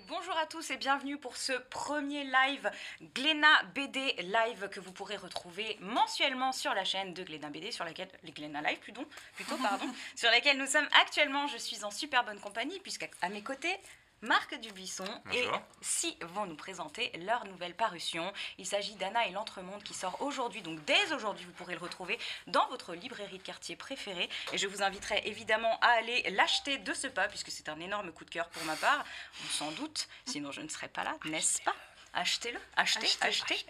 Bonjour à tous et bienvenue pour ce premier live Glénat BD live que vous pourrez retrouver mensuellement sur la chaîne de Glénat BD, sur laquelle les Glénat Live plutôt, sur laquelle nous sommes actuellement. Je suis en super bonne compagnie puisqu'à mes côtés Marc Dubuisson et Si vont nous présenter leur nouvelle parution. Il s'agit d'Anna et l'Entremonde qui sort aujourd'hui, donc dès aujourd'hui vous pourrez le retrouver dans votre librairie de quartier préférée et je vous inviterai évidemment à aller l'acheter de ce pas puisque c'est un énorme coup de cœur pour ma part, sans doute, sinon je ne serais pas là, n'est-ce pas? Achetez-le, achetez.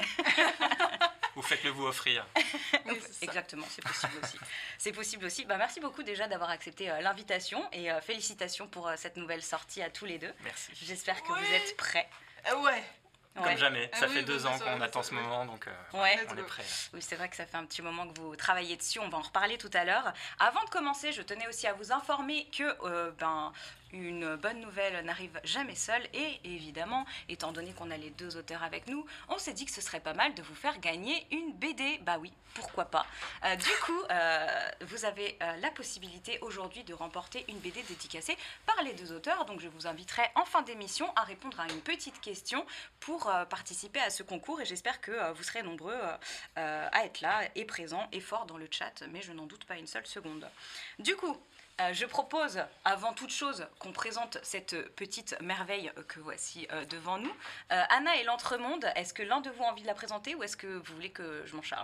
Ou faites-le vous offrir. Oui, exactement, c'est possible aussi. C'est possible aussi. Merci beaucoup déjà d'avoir accepté l'invitation et félicitations pour cette nouvelle sortie à tous les deux. Merci. J'espère que vous êtes prêts. Comme jamais. Ça fait 2 ans qu'on attend ce moment, donc on est prêts. Oui, c'est vrai que ça fait un petit moment que vous travaillez dessus. On va en reparler tout à l'heure. Avant de commencer, je tenais aussi à vous informer que une bonne nouvelle n'arrive jamais seule et évidemment, étant donné qu'on a les 2 auteurs avec nous, on s'est dit que ce serait pas mal de vous faire gagner une BD. Bah oui, pourquoi pas. Du coup, vous avez la possibilité aujourd'hui de remporter une BD dédicacée par les 2 auteurs. Donc je vous inviterai en fin d'émission à répondre à une petite question pour participer à ce concours et j'espère que vous serez nombreux à être là et présents et forts dans le chat, mais je n'en doute pas une seule seconde. Du coup, je propose, avant toute chose, qu'on présente cette petite merveille que voici devant nous. Anna et l'Entremonde, est-ce que l'un de vous a envie de la présenter ou est-ce que vous voulez que je m'en charge ?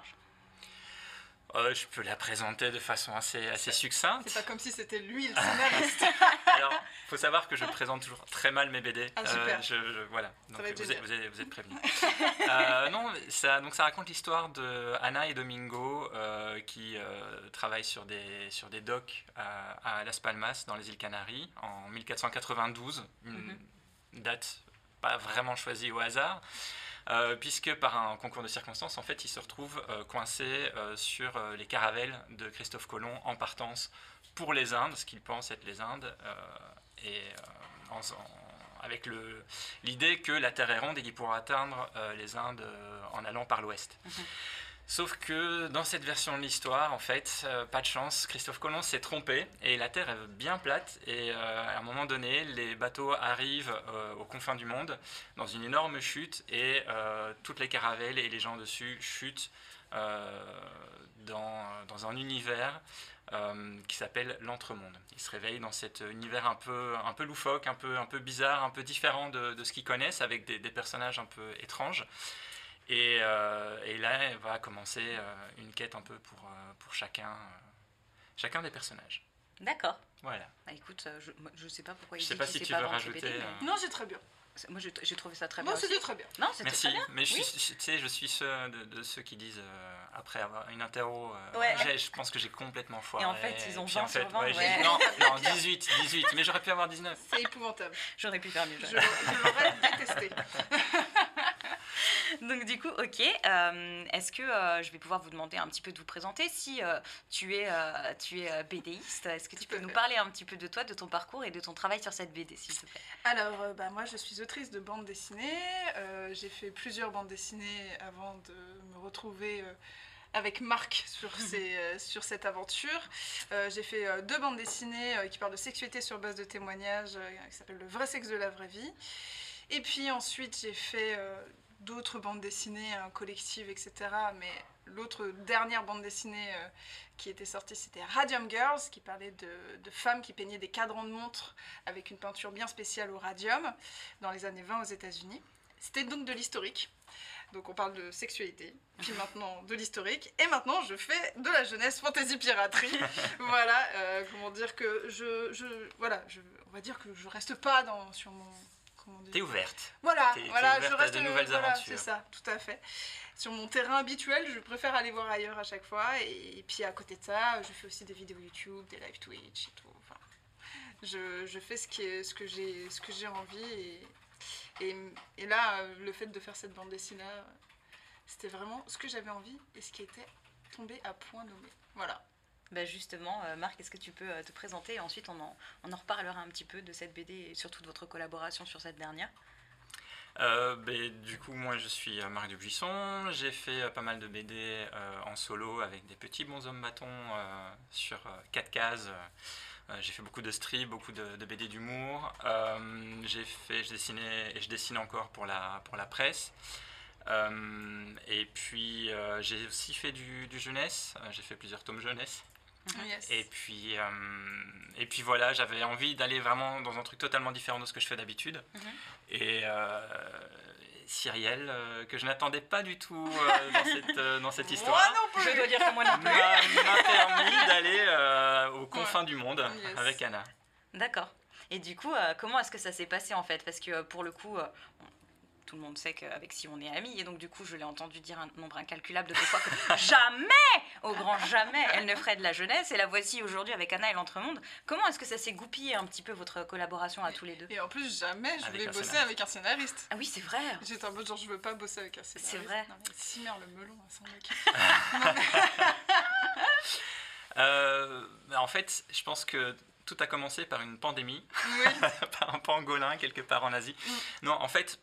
Je peux la présenter de façon assez succincte. C'est pas comme si c'était lui le scénariste. Alors, il faut savoir que je présente toujours très mal mes BD. Ah, super. Voilà, donc vous êtes prévenus. Ça raconte l'histoire de Anna et Domingo qui travaillent sur des docks à Las Palmas, dans les îles Canaries, en 1492. Une date pas vraiment choisie au hasard. Puisque par un concours de circonstances, en fait, ils se retrouvent coincés sur les caravelles de Christophe Colomb en partance pour les Indes, ce qu'ils pensent être les Indes, avec l'idée que la Terre est ronde et qu'il pourra atteindre les Indes en allant par l'ouest. Sauf que dans cette version de l'histoire, en fait, pas de chance, Christophe Colomb s'est trompé et la Terre est bien plate et à un moment donné, les bateaux arrivent aux confins du monde dans une énorme chute et toutes les caravelles et les gens dessus chutent dans un univers qui s'appelle l'Entremonde. Ils se réveillent dans cet univers un peu loufoque, un peu bizarre, un peu différent de ce qu'ils connaissent, avec des personnages un peu étranges. Et là, va commencer une quête un peu pour chacun des personnages. D'accord. Voilà. Écoute, je sais pas pourquoi il Je sais dit pas qu'il si sait tu pas veux vendre ses rajouter. BD, mais... Non, c'est très bien. Moi, j'ai trouvé ça très bien. Non, c'était très bien. Non, c'était Merci, très bien. mais je suis de ceux qui disent, après avoir une interro, je pense que j'ai complètement foiré. Et en fait, ils ont 20 sur 20. Non, 18, mais j'aurais pu avoir 19. C'est épouvantable. J'aurais pu faire mieux. Je l'aurais détesté. Donc du coup, ok, est-ce que je vais pouvoir vous demander un petit peu de vous présenter si tu es BDiste, est-ce que tu peux nous parler un petit peu de toi, de ton parcours et de ton travail sur cette BD, s'il te plaît? Alors, moi, je suis autrice de bande dessinée. J'ai fait plusieurs bandes dessinées avant de me retrouver avec Marc sur cette aventure. J'ai fait 2 bandes dessinées qui parlent de sexualité sur base de témoignages, qui s'appellent Le vrai sexe de la vraie vie. Et puis ensuite, j'ai fait d'autres bandes dessinées collectives, etc. Mais l'autre dernière bande dessinée qui était sortie, c'était Radium Girls, qui parlait de femmes qui peignaient des cadrans de montres avec une peinture bien spéciale au radium dans les années 20 aux États-Unis. C'était donc de l'historique. Donc on parle de sexualité, puis maintenant de l'historique, et maintenant je fais de la jeunesse fantasy piraterie. Voilà, comment dire que on va dire que je reste pas sur mon... T'es ouverte. Voilà, ouverte je reste à de nouvelles aventures. C'est ça, tout à fait. Sur mon terrain habituel, je préfère aller voir ailleurs à chaque fois. Et puis à côté de ça, je fais aussi des vidéos YouTube, des live Twitch et tout. Enfin, je fais ce que j'ai envie. Et là, le fait de faire cette bande dessinée, c'était vraiment ce que j'avais envie et ce qui était tombé à point nommé. Voilà. Justement, Marc, est-ce que tu peux te présenter et ensuite on en reparlera un petit peu de cette BD et surtout de votre collaboration sur cette dernière. Du coup, moi je suis Marc Dubuisson, j'ai fait pas mal de BD en solo avec des petits bonshommes bâtons sur 4 cases J'ai fait beaucoup de strips, beaucoup de BD d'humour. Je dessinais et je dessine encore pour la presse. Et puis j'ai aussi fait du jeunesse. J'ai fait plusieurs tomes jeunesse. Yes. Et puis voilà, j'avais envie d'aller vraiment dans un truc totalement différent de ce que je fais d'habitude. Et Cyrielle, que je n'attendais pas du tout dans cette histoire. Moi non plus. Je dois dire que moi non plus. M'a permis d'aller aux confins du monde avec Anna. D'accord. Et du coup, comment est-ce que ça s'est passé en fait? Parce que pour le coup, tout le monde sait qu'avec Si on est amis, et donc du coup, je l'ai entendu dire un nombre incalculable de fois que jamais, au grand jamais, elle ne ferait de la jeunesse. Et la voici aujourd'hui avec Anna et l'Entremonde. Comment est-ce que ça s'est goupillé un petit peu votre collaboration à tous les deux? Et en plus, jamais je voulais bosser avec un scénariste. Ah oui, c'est vrai. J'étais en mode genre, je veux pas bosser avec un scénariste. C'est vrai. Non mais Cimer le melon, sans mec. En fait, je pense que tout a commencé par une pandémie, Oui. par un pangolin quelque part en Asie. Non, en fait,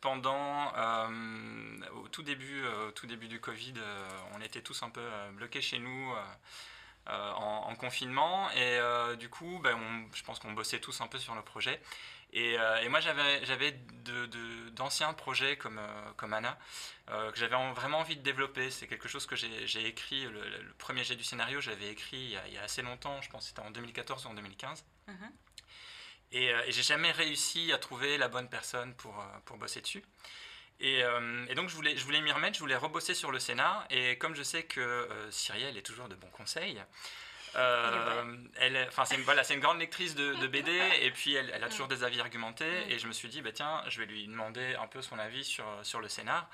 au tout début du Covid, on était tous un peu bloqués chez nous en confinement. Et du coup, je pense qu'on bossait tous un peu sur nos projets. Et moi, j'avais d'anciens projets comme Anna, que j'avais vraiment envie de développer. C'est quelque chose que j'ai écrit, le premier jet du scénario, j'avais écrit il y a assez longtemps, je pense que c'était en 2014 ou en 2015. Et j'ai jamais réussi à trouver la bonne personne pour bosser dessus. Et donc je voulais m'y remettre, je voulais rebosser sur le scénar. Et comme je sais que Cyrielle est toujours de bons conseils, c'est une grande lectrice de BD et puis elle a toujours des avis argumentés. Et je me suis dit, tiens, je vais lui demander un peu son avis sur le scénar.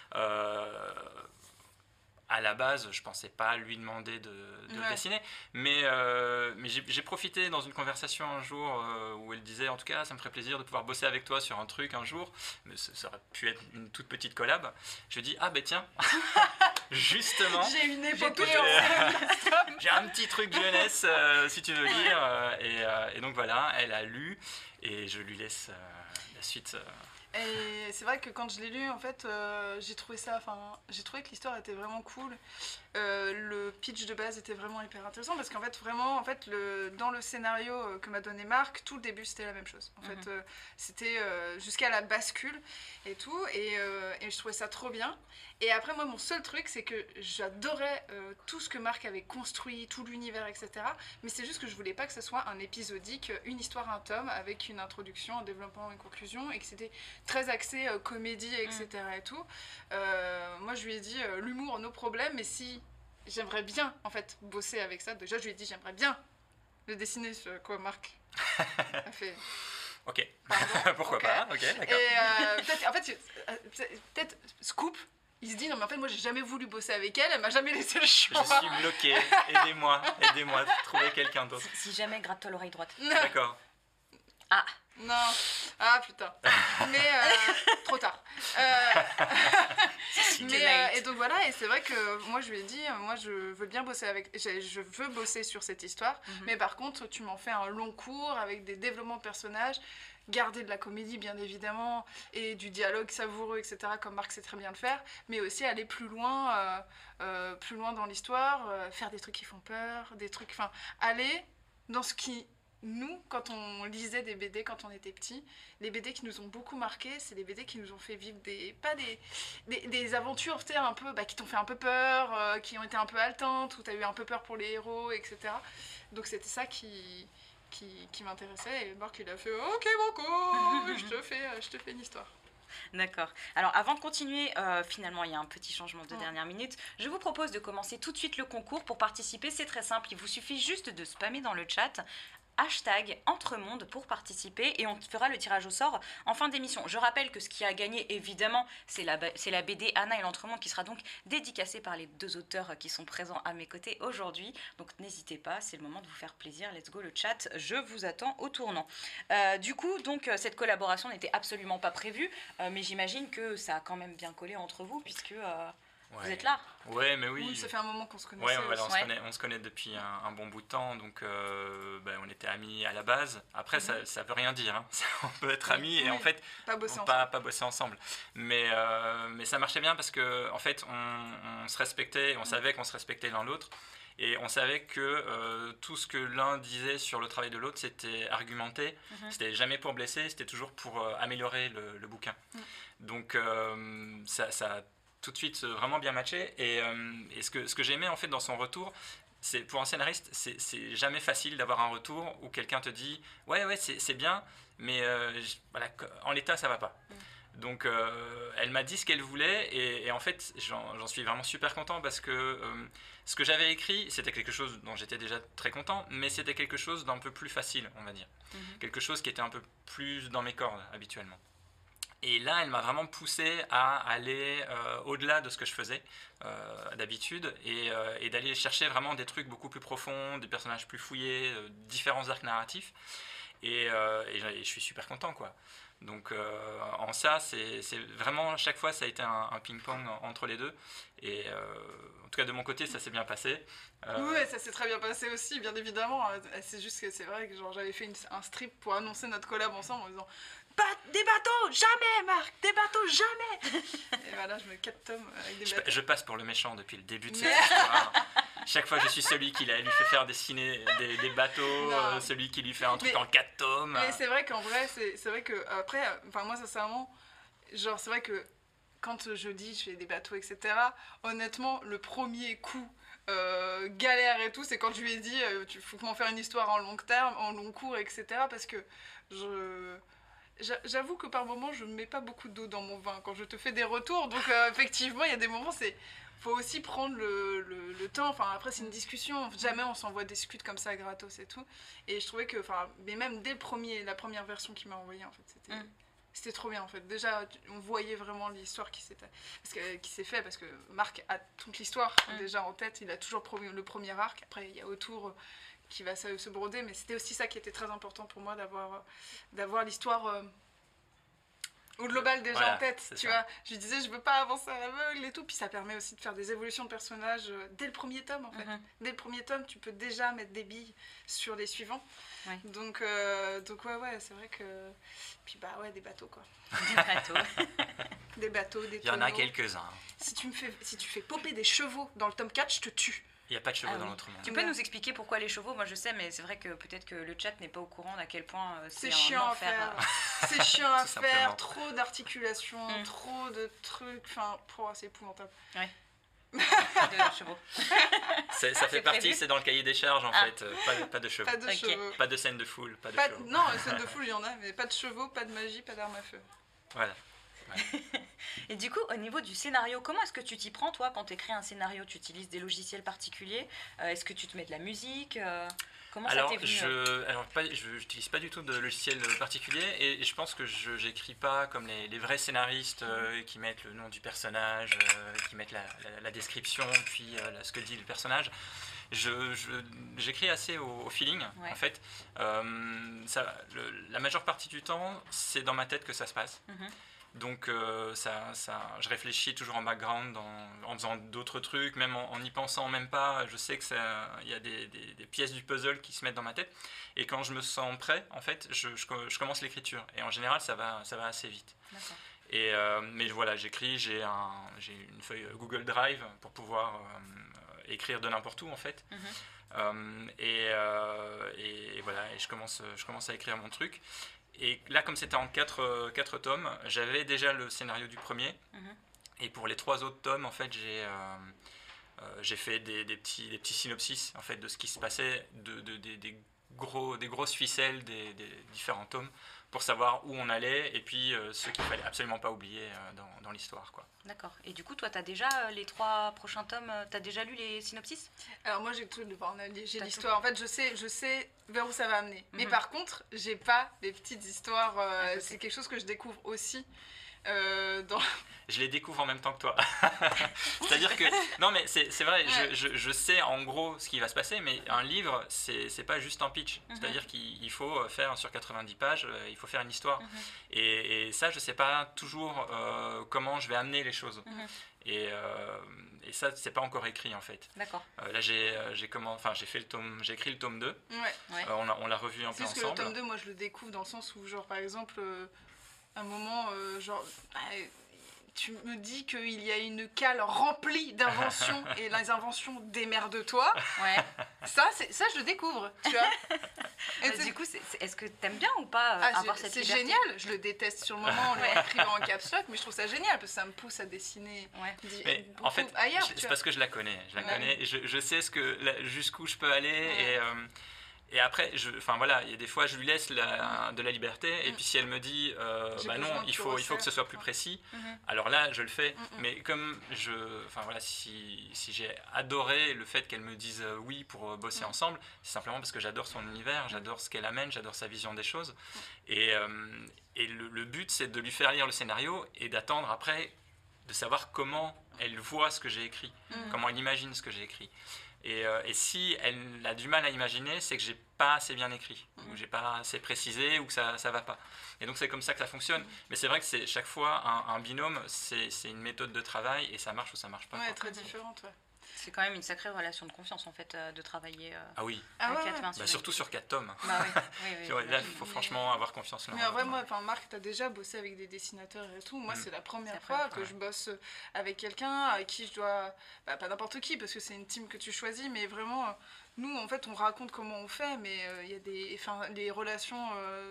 À la base, je ne pensais pas lui demander de le dessiner, mais j'ai profité dans une conversation un jour où elle disait, en tout cas, ça me ferait plaisir de pouvoir bosser avec toi sur un truc un jour, mais ça aurait pu être une toute petite collab. Je lui ai dit, tiens, justement, j'ai une épopée j'ai un petit truc jeunesse, si tu veux lire, et donc voilà, elle a lu, et je lui laisse la suite. Et c'est vrai que quand je l'ai lu, en fait, j'ai trouvé que l'histoire était vraiment cool. Le pitch de base était vraiment hyper intéressant parce qu'en fait, vraiment, dans le scénario que m'a donné Marc, tout le début c'était la même chose. En fait, c'était jusqu'à la bascule et tout, et je trouvais ça trop bien. Et après, moi, mon seul truc, c'est que j'adorais tout ce que Marc avait construit, tout l'univers, etc. Mais c'est juste que je voulais pas que ce soit un épisodique, une histoire, un tome, avec une introduction, un développement, une conclusion, et que c'était très axé comédie, etc. et tout. Moi, je lui ai dit l'humour, nos problèmes, mais si j'aimerais bien, en fait, bosser avec ça. Déjà, je lui ai dit j'aimerais bien le dessiner, quoi, Marc a fait... Ok, pourquoi okay. pas, ok, d'accord. Et peut-être scoop, il se dit non mais en fait moi j'ai jamais voulu bosser avec elle m'a jamais laissé le choix. Je suis bloqué, aidez-moi, trouvez quelqu'un d'autre. Si jamais, gratte-toi l'oreille droite. D'accord. Ah non, putain. Mais trop tard. Et donc voilà, et c'est vrai que moi je lui ai dit, moi je veux bien bosser je veux bosser sur cette histoire, mais par contre tu m'en fais un long cours avec des développements de personnages, garder de la comédie bien évidemment, et du dialogue savoureux, etc. comme Marc sait très bien le faire, mais aussi aller plus loin dans l'histoire, faire des trucs qui font peur, aller dans ce qui... Nous, quand on lisait des BD quand on était petits, les BD qui nous ont beaucoup marqués, c'est les BD qui nous ont fait vivre des aventures, tu sais, un peu, qui t'ont fait un peu peur, qui ont été un peu haletantes, où t'as eu un peu peur pour les héros, etc. Donc c'était ça qui m'intéressait, et Marc il a fait « Ok Banco, je te fais une histoire ». D'accord. Alors avant de continuer, finalement il y a un petit changement de dernière minute. Je vous propose de commencer tout de suite le concours. Pour participer, c'est très simple, il vous suffit juste de spammer dans le chat #Entremonde pour participer et on fera le tirage au sort en fin d'émission. Je rappelle que ce qui a gagné, évidemment, c'est la BD Anna et l'Entremonde qui sera donc dédicacée par les deux auteurs qui sont présents à mes côtés aujourd'hui. Donc n'hésitez pas, c'est le moment de vous faire plaisir. Let's go le chat, je vous attends au tournant. Du coup, donc cette collaboration n'était absolument pas prévue, mais j'imagine que ça a quand même bien collé entre vous puisque... Vous êtes là? Ouais, mais oui. Oui, ça fait un moment qu'on se connaissait. On se connaît depuis un bon bout de temps, donc on était amis à la base. Après, ça veut rien dire. Hein. On peut être amis et en fait pas bosser ensemble. Mais ça marchait bien parce que en fait, on se respectait, on savait qu'on se respectait l'un l'autre. Et on savait que tout ce que l'un disait sur le travail de l'autre, c'était argumenté, c'était jamais pour blesser, c'était toujours pour améliorer le bouquin. Donc ça a tout de suite vraiment bien matché. Et ce que j'aimais en fait dans son retour, c'est pour un scénariste, c'est jamais facile d'avoir un retour où quelqu'un te dit ouais c'est bien, mais voilà, en l'état ça va pas. Donc elle m'a dit ce qu'elle voulait et en fait j'en suis vraiment super content parce que ce que j'avais écrit c'était quelque chose dont j'étais déjà très content, mais c'était quelque chose d'un peu plus facile, on va dire. Quelque chose qui était un peu plus dans mes cordes habituellement. Et là, elle m'a vraiment poussé à aller au-delà de ce que je faisais d'habitude et d'aller chercher vraiment des trucs beaucoup plus profonds, des personnages plus fouillés, différents arcs narratifs. Et je suis super content, quoi. Donc en ça, c'est vraiment, chaque fois, ça a été un ping-pong entre les deux. Et en tout cas, de mon côté, ça s'est bien passé. Oui, ça s'est très bien passé aussi, bien évidemment. C'est juste que c'est vrai que j'avais fait un strip pour annoncer notre collab ensemble en disant des bateaux, jamais, Marc, des bateaux, jamais. Et voilà, je mets 4 tomes avec des bateaux. Je passe pour le méchant depuis le début de cette histoire. Chaque fois, je suis celui qui lui fait faire dessiner des bateaux, celui qui lui fait un truc en 4 tomes. Mais c'est vrai qu'en vrai, c'est vrai que après, enfin moi sincèrement, genre c'est vrai que quand je dis je fais des bateaux, etc. Honnêtement, le premier coup galère et tout, c'est quand je lui ai dit tu faut m'en faire une histoire en long terme, en long cours, etc. Parce que j'avoue que par moments je ne mets pas beaucoup d'eau dans mon vin quand je te fais des retours, donc effectivement il y a des moments faut aussi prendre le temps, enfin après c'est une discussion, jamais on s'envoie des scuds comme ça gratos et tout, et je trouvais que, enfin, mais même dès la première version qu'il m'a envoyée en fait, c'était trop bien en fait, déjà on voyait vraiment l'histoire qui s'est faite, parce que Marc a toute l'histoire déjà en tête, il a toujours le premier arc, après il y a autour qui va se broder, mais c'était aussi ça qui était très important pour moi, d'avoir l'histoire au global déjà en tête, tu vois. Je lui disais, je veux pas avancer à l'aveugle et tout, puis ça permet aussi de faire des évolutions de personnages dès le premier tome en fait. Dès le premier tome, tu peux déjà mettre des billes sur les suivants. Ouais. Donc ouais, c'est vrai que... Puis bah ouais, des bateaux quoi. Des bateaux. Des bateaux, des tonneaux. Il y en a quelques-uns. Si tu fais popper des chevaux dans le tome 4, je te tue. Il n'y a pas de chevaux dans l'autre monde. Tu peux nous expliquer pourquoi les chevaux? Moi je sais, mais c'est vrai que peut-être que le chat n'est pas au courant d'à quel point c'est chiant à faire. C'est chiant à faire, trop d'articulations, trop de trucs, enfin, c'est épouvantable. Ouais. De chevaux. Ça fait partie, c'est dans le cahier des charges en fait. Pas de chevaux. Pas de chevaux. Pas de scène de foule. Chevaux. Non, scène de foule il y en a, mais pas de chevaux, pas de magie, pas d'armes à feu. Voilà. Ouais. Et du coup, au niveau du scénario, comment est-ce que tu t'y prends, toi, quand tu écris un scénario? Tu utilises des logiciels particuliers? Est-ce que tu te mets de la musique? Comment ça t'est venu? Je n'utilise pas du tout de logiciel particulier et je pense que je n'écris pas comme les vrais scénaristes qui mettent le nom du personnage, qui mettent la description, puis ce que dit le personnage. J'écris assez au feeling, en fait. La majeure partie du temps, c'est dans ma tête que ça se passe. Donc je réfléchis toujours en background en faisant d'autres trucs, même en n'y pensant même pas. Je sais qu'il y a des pièces du puzzle qui se mettent dans ma tête. Et quand je me sens prêt, en fait, je commence l'écriture. Et en général, ça va assez vite. D'accord. Mais voilà, j'écris, j'ai une feuille Google Drive pour pouvoir écrire de n'importe où, en fait. Et voilà, et je commence à écrire mon truc. Et là, comme c'était en 4 tomes, j'avais déjà le scénario du premier. Et pour les 3 autres tomes, en fait, j'ai fait des petits synopsis en fait, de ce qui se passait, des grosses ficelles des différents tomes, pour savoir où on allait et puis ce qu'il fallait absolument pas oublier dans l'histoire, quoi. D'accord. Et du coup, toi, tu as déjà les 3 prochains tomes, tu as déjà lu les synopsis? Alors moi, j'ai l'histoire. En fait, je sais vers où ça va amener. Mais par contre, j'ai pas les petites histoires. C'est quelque chose que je découvre aussi. Je les découvre en même temps que toi. C'est-à-dire que... Non, mais c'est vrai, je sais en gros ce qui va se passer, mais un livre, c'est pas juste un pitch. C'est-à-dire qu'il faut faire sur 90 pages, il faut faire une histoire. Et ça, je sais pas toujours comment je vais amener les choses. Et ça, c'est pas encore écrit en fait. D'accord. Là, j'ai écrit le tome 2. On l'a revu un peu ensemble. Parce que le tome 2, moi, je le découvre dans le sens où, genre, par exemple... un moment, genre, tu me dis qu'il y a une cale remplie d'inventions et les inventions démerde-toi. Ouais. Ça, je le découvre, tu vois. Du coup, est-ce que t'aimes bien ou pas avoir cette liberté? C'est génial, je le déteste sur le moment en l'écrivant en caps lock, mais je trouve ça génial parce que ça me pousse à dessiner mais en fait, ailleurs. C'est parce que je la connais, et je sais jusqu'où je peux aller et après, il y a des fois je lui laisse de la liberté et puis si elle me dit non, il faut que ce soit plus précis, alors là je le fais. Mais comme si j'ai adoré le fait qu'elle me dise oui pour bosser ensemble, c'est simplement parce que j'adore son univers, j'adore ce qu'elle amène, j'adore sa vision des choses. Et le but c'est de lui faire lire le scénario et d'attendre après de savoir comment elle voit ce que j'ai écrit, comment elle imagine ce que j'ai écrit. Et si elle a du mal à imaginer, c'est que j'ai pas assez bien écrit, ou j'ai pas assez précisé, ou que ça va pas. Et donc c'est comme ça que ça fonctionne. Mais c'est vrai que c'est chaque fois un binôme, c'est une méthode de travail, et ça marche ou ça marche pas. Ouais, très différente, ouais. C'est quand même une sacrée relation de confiance en fait de travailler à 4 mains. Surtout sur 4 tomes. Bah, oui, là, il faut franchement avoir confiance. Mais en vrai, moi, Marc, tu as déjà bossé avec des dessinateurs et tout. Moi, c'est la première fois que je bosse avec quelqu'un avec qui je dois... pas n'importe qui, parce que c'est une team que tu choisis, mais vraiment... Nous, en fait, on raconte comment on fait, mais il y a les relations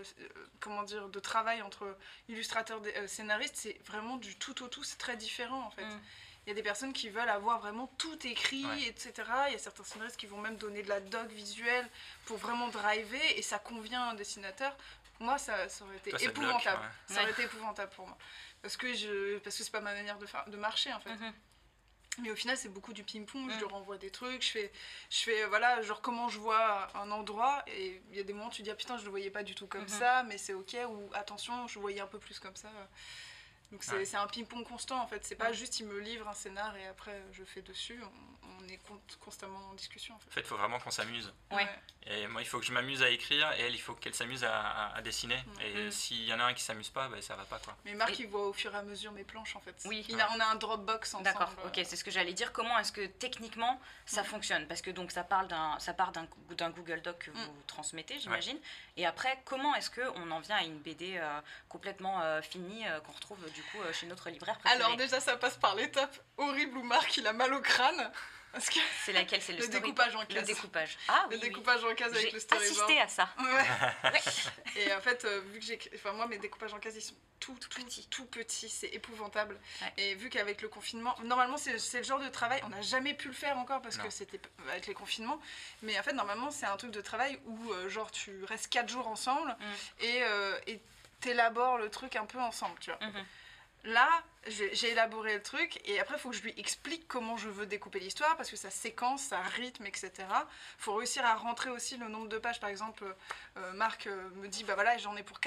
de travail entre illustrateurs et scénaristes, c'est vraiment du tout au tout, c'est très différent, en fait. Il y a des personnes qui veulent avoir vraiment tout écrit, etc. Il y a certains scénaristes qui vont même donner de la doc visuelle pour vraiment driver, et ça convient à un dessinateur. Moi, ça aurait été épouvantable. Ça aurait été épouvantable pour moi. Parce que c'est pas ma manière de marcher, en fait. Mais au final, c'est beaucoup du ping-pong. Je leur envoie des trucs, je fais genre comment je vois un endroit, et il y a des moments où tu dis, ah putain, je le voyais pas du tout comme ça, mais c'est ok, ou attention, je voyais un peu plus comme ça. Donc c'est un ping-pong constant en fait, c'est pas juste il me livre un scénar et après je fais dessus, on est constamment en discussion. En fait, il faut vraiment qu'on s'amuse. Ouais. Et moi il faut que je m'amuse à écrire et elle il faut qu'elle s'amuse à dessiner. Et s'il y en a un qui s'amuse pas, ça va pas quoi. Mais Marc il voit au fur et à mesure mes planches en fait. Oui. On a un Dropbox ensemble. D'accord, ok, c'est ce que j'allais dire. Comment est-ce que techniquement ça fonctionne? Parce que donc ça part d'un Google Doc que vous transmettez, j'imagine. Et après, comment est-ce qu'on en vient à une BD complètement finie qu'on retrouve du coup chez notre libraire préféré? Alors déjà ça passe par l'étape horrible où Marc il a mal au crâne. Parce que c'est laquelle? C'est le découpage en case. Le découpage. Ah oui. Le découpage en case avec le storyboard. J'ai assisté à ça. Ouais. Et en fait, vu que moi mes découpages en case ils sont tout petits, c'est épouvantable. Ouais. Et vu qu'avec le confinement, normalement c'est le genre de travail, on n'a jamais pu le faire encore parce que c'était avec les confinements. Mais en fait normalement c'est un truc de travail où genre tu restes 4 jours ensemble et t'élabores le truc un peu ensemble, tu vois. Là, j'ai élaboré le truc et après, il faut que je lui explique comment je veux découper l'histoire parce que ça séquence, ça rythme, etc. Il faut réussir à rentrer aussi le nombre de pages. Par exemple, Marc me dit, bah voilà, j'en ai pour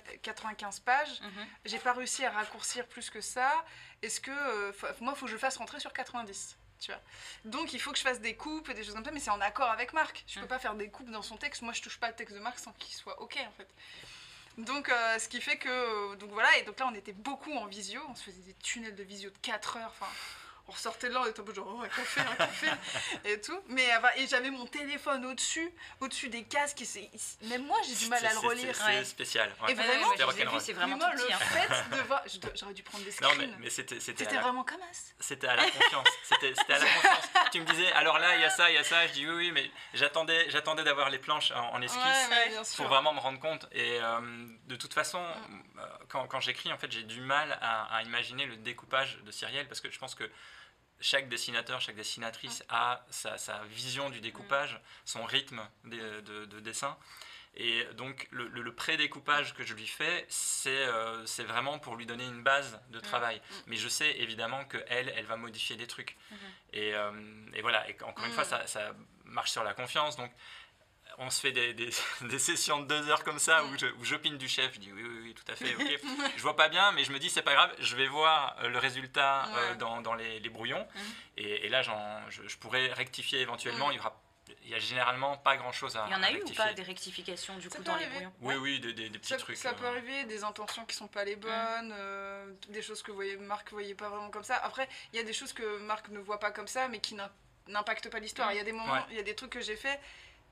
95 pages. J'ai pas réussi à raccourcir plus que ça. Est-ce que, moi, il faut que je le fasse rentrer sur 90 ? Tu vois. Donc il faut que je fasse des coupes et des choses comme ça, mais c'est en accord avec Marc. Je peux pas faire des coupes dans son texte. Moi, je touche pas le texte de Marc sans qu'il soit OK, en fait. Donc, ce qui fait que... Donc voilà, et donc là, on était beaucoup en visio. On se faisait des tunnels de visio de 4 heures. Enfin, on ressortait de là, on était un peu genre, oh, un café, et tout. Mais et j'avais mon téléphone au-dessus des casques. Même moi, j'ai du mal à le relire. C'est spécial. Ouais. Et vraiment, c'est vraiment moi, tout petit. Le fait de voir... J'aurais dû prendre des screens. Non, mais c'était vraiment comme ça. C'était à la confiance. C'était à la confiance. Tu me disais, alors là, il y a ça. Je dis oui, mais j'attendais d'avoir les planches en esquisse pour vraiment me rendre compte. Et de toute façon, quand j'écris, en fait, j'ai du mal à imaginer le découpage de Cyrielle parce que je pense que chaque dessinateur, chaque dessinatrice a sa vision du découpage, son rythme de dessin. Et donc le pré-découpage que je lui fais, c'est vraiment pour lui donner une base de travail. Mais je sais évidemment qu'elle va modifier des trucs. Et voilà, et encore une fois, ça marche sur la confiance. Donc on se fait des sessions de 2 heures comme ça où j'opine du chef. Je dis oui, tout à fait, ok. Je vois pas bien, mais je me dis c'est pas grave, je vais voir le résultat dans les brouillons. Et là, je pourrais rectifier éventuellement. Il y a généralement pas grand chose à rectifier. Il y en a eu ou pas des rectifications du coup dans les brouillons? Oui, des petits trucs. Ça peut arriver, des intentions qui sont pas les bonnes, des choses que Marc voyait pas vraiment comme ça. Après, il y a des choses que Marc ne voit pas comme ça, mais qui n'impactent pas l'histoire. Il y a des moments, il y a des trucs que j'ai fait.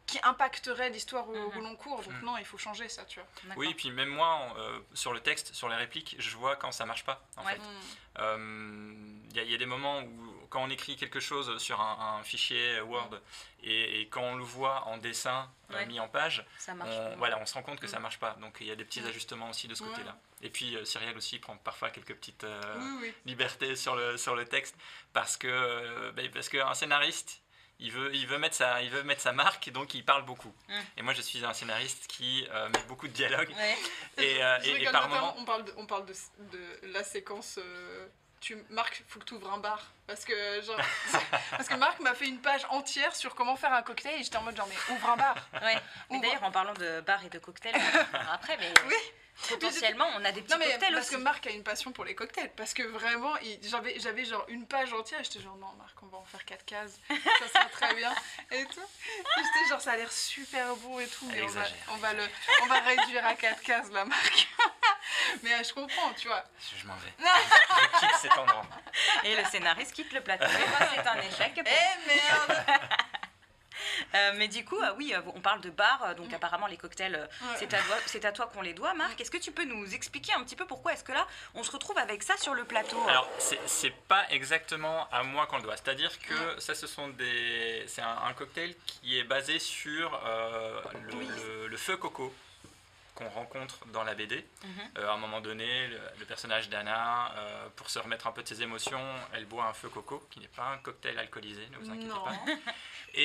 qui impacterait l'histoire au long cours. Donc non, il faut changer ça, tu vois. Oui, et puis même moi, sur le texte, sur les répliques, je vois quand ça marche pas, en fait. Il y a des moments où, quand on écrit quelque chose sur un fichier Word, et quand on le voit en dessin mis en page, on se rend compte que ça marche pas. Donc il y a des petits ajustements aussi de ce côté-là. Et puis Cyrielle aussi prend parfois quelques petites libertés sur le texte, parce qu'un scénariste, il veut mettre sa marque, donc il parle beaucoup. Et moi, je suis un scénariste qui met beaucoup de dialogue. Et par moment... On parle de la séquence... Marc, faut que tu ouvres un bar. Parce que Marc m'a fait une page entière sur comment faire un cocktail et j'étais en mode genre, mais ouvre un bar. D'ailleurs, en parlant de bar et de cocktails, après, mais... Oui. Potentiellement, on a des petits cocktails parce aussi. Parce que Marc a une passion pour les cocktails. Parce que vraiment, j'avais genre une page entière et j'étais genre, non, Marc, on va en faire 4 cases. Ça sera très bien. Et tout. Et j'étais genre, ça a l'air super beau et tout. Mais on va réduire à 4 cases là, Marc. Mais je comprends, tu vois. Je m'en vais. Je quitte cet endroit. Et le scénariste quitte le plateau. Et moi, c'est un échec. Merde. Mais du coup, on parle de bar, donc apparemment les cocktails, c'est à toi qu'on les doit, Marc. Est-ce que tu peux nous expliquer un petit peu pourquoi est-ce que là, on se retrouve avec ça sur le plateau? Alors, c'est pas exactement à moi qu'on le doit. C'est-à-dire que ça, c'est un cocktail qui est basé sur le feu coco qu'on rencontre dans la BD. À un moment donné, le personnage d'Anna, pour se remettre un peu de ses émotions, elle boit un feu coco, qui n'est pas un cocktail alcoolisé, ne vous inquiétez pas.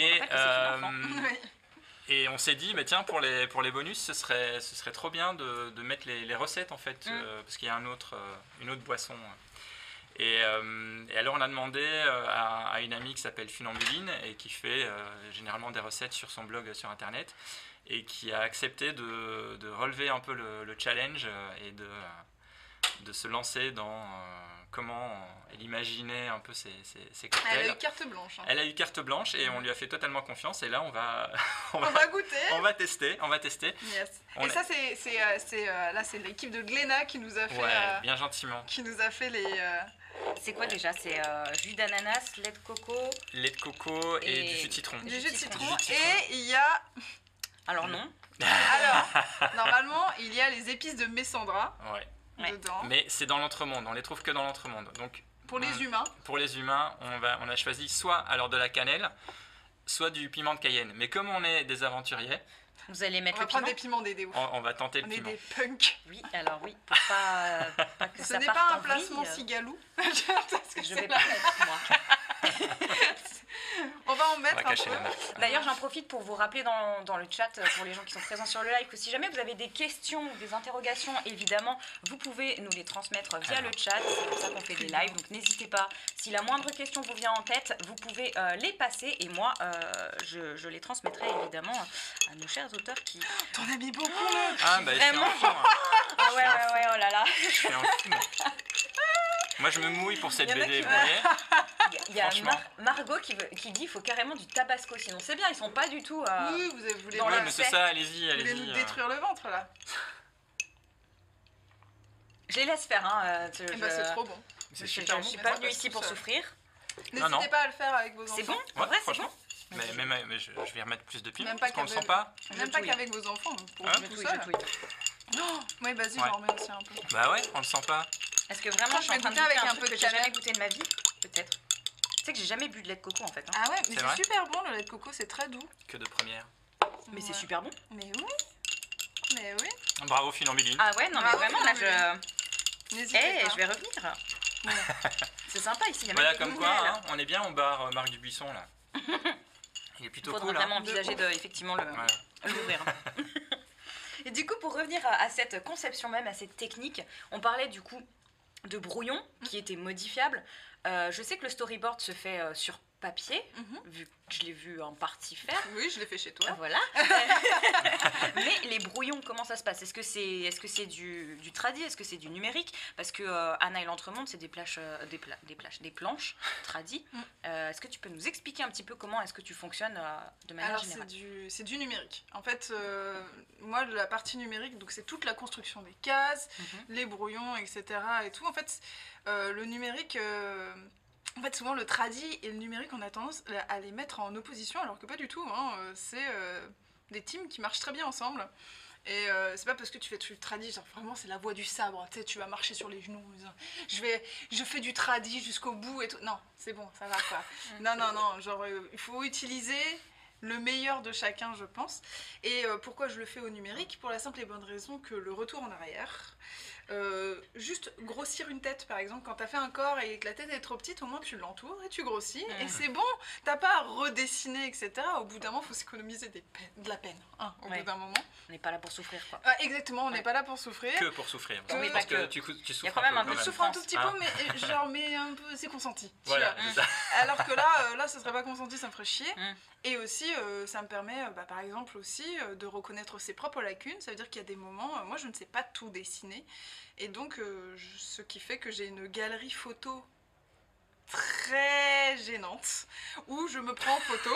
Et on s'est dit, mais tiens, pour les bonus, ce serait trop bien de mettre les recettes, en fait, parce qu'il y a une autre boisson. Et alors, on a demandé à une amie qui s'appelle Funambuline, et qui fait généralement des recettes sur son blog sur Internet, et qui a accepté de relever un peu le challenge et de se lancer dans comment elle imaginait un peu ses cocktails. Elle a eu carte blanche. Elle a eu carte blanche et on lui a fait totalement confiance. Et là, on va goûter. On va tester. Yes. Et ça, c'est l'équipe de Glénat qui nous a fait... bien gentiment. Qui nous a fait les... C'est quoi déjà? C'est jus d'ananas, lait de coco... Lait de coco et du jus de citron. Du jus de citron. Et il y a... Alors non. Alors, normalement, il y a les épices de Messandra dedans. Mais c'est dans l'entremonde, on les trouve que dans l'entremonde. Donc, pour les humains, on a choisi soit de la cannelle, soit du piment de Cayenne. Mais comme on est des aventuriers, vous allez mettre on va prendre des piments des ouf. On va tenter le piment. On est des punks. Oui, alors oui, pour pas que ce ça n'est parte pas un en placement vrille. cigalou. Je vais pas mettre moi. On va en mettre un peu. D'ailleurs, j'en profite pour vous rappeler dans le chat, pour les gens qui sont présents sur le live, que si jamais vous avez des questions ou des interrogations, évidemment, vous pouvez nous les transmettre via le chat. C'est pour ça qu'on fait des lives, donc n'hésitez pas. Si la moindre question vous vient en tête, vous pouvez les passer et moi, je les transmettrai évidemment à nos chers auteurs qui... T'en as mis beaucoup là. Ah bah vraiment. Ah ouais, oh là là. Je suis en fou. Moi, je me mouille pour cette BD, vous voyez. Il y a Margot qui dit qu'il faut carrément du tabasco, sinon c'est bien, ils sont pas du tout... Oui, vous voulez... Oui, mais c'est ça, allez-y. Vous voulez nous détruire le ventre, là. Je les laisse faire, hein. C'est trop bon. Je suis pas venue ici pour souffrir. N'hésitez pas à le faire avec vos enfants. C'est bon? Ouais, vrai, c'est bon. Mais je vais remettre plus de piment, parce qu'on le sent pas. Même pas qu'avec vos enfants, pour vous tout seul. Non, oui, vas-y, j'en remets aussi un peu. Bah ouais, on le sent pas. Est-ce que vraiment je suis en train de goûter un truc que j'ai jamais goûté de ma vie? Peut-être. Tu sais que j'ai jamais bu de lait de coco en fait. Ah ouais, mais c'est super bon le lait de coco, c'est très doux. Que de première. Mais c'est super bon. Mais oui. Bravo Funambuline. Ah ouais, non mais vraiment là N'hésitez pas. Je vais revenir. C'est sympa ici. Voilà comme quoi, on est bien au bar Marc Dubuisson là. Il est plutôt cool. Il faudra vraiment envisager effectivement l'ouvrir. Et du coup, pour revenir à cette conception même, à cette technique, on parlait du coup de brouillon qui était modifiable. Je sais que le storyboard se fait sur papier, vu que je l'ai vu en partie faire. Oui, je l'ai fait chez toi. Voilà. Mais les brouillons, comment ça se passe? Est-ce que c'est du tradi? Est-ce que c'est du numérique? Parce que Anna et l'Entremonde, c'est des planches tradi. Est-ce que tu peux nous expliquer un petit peu comment est-ce que tu fonctionnes de manière générale? C'est du numérique. En fait, moi, la partie numérique, donc c'est toute la construction des cases, les brouillons, etc. Et tout. En fait, le numérique... En fait, souvent, le tradi et le numérique, on a tendance à les mettre en opposition, alors que pas du tout. C'est des teams qui marchent très bien ensemble. Et c'est pas parce que tu fais du tradi, genre vraiment c'est la voie du sabre, tu sais, tu vas marcher sur les genoux en disant je fais du tradi jusqu'au bout et tout. Non, c'est bon, ça va quoi. Non, genre il faut utiliser le meilleur de chacun, je pense. Et pourquoi je le fais au numérique? Pour la simple et bonne raison que le retour en arrière, juste grossir une tête par exemple, quand t'as fait un corps et que la tête est trop petite, au moins tu l'entoures et tu grossis et c'est bon, t'as pas à redessiner etc. Au bout d'un moment faut s'économiser de la peine au bout d'un moment. On n'est pas là pour souffrir quoi. Exactement, on n'est pas là pour souffrir. Que pour souffrir. Oui, parce que tu souffres un peu. Je souffre un tout petit peu mais un peu c'est consenti. Voilà, c'est ça. Alors que là ça serait pas consenti, ça me ferait chier. Et aussi ça me permet par exemple aussi de reconnaître ses propres lacunes. Ça veut dire qu'il y a des moments, moi je ne sais pas tout dessiner. Et donc, ce qui fait que j'ai une galerie photo très gênante, où je me prends en photo.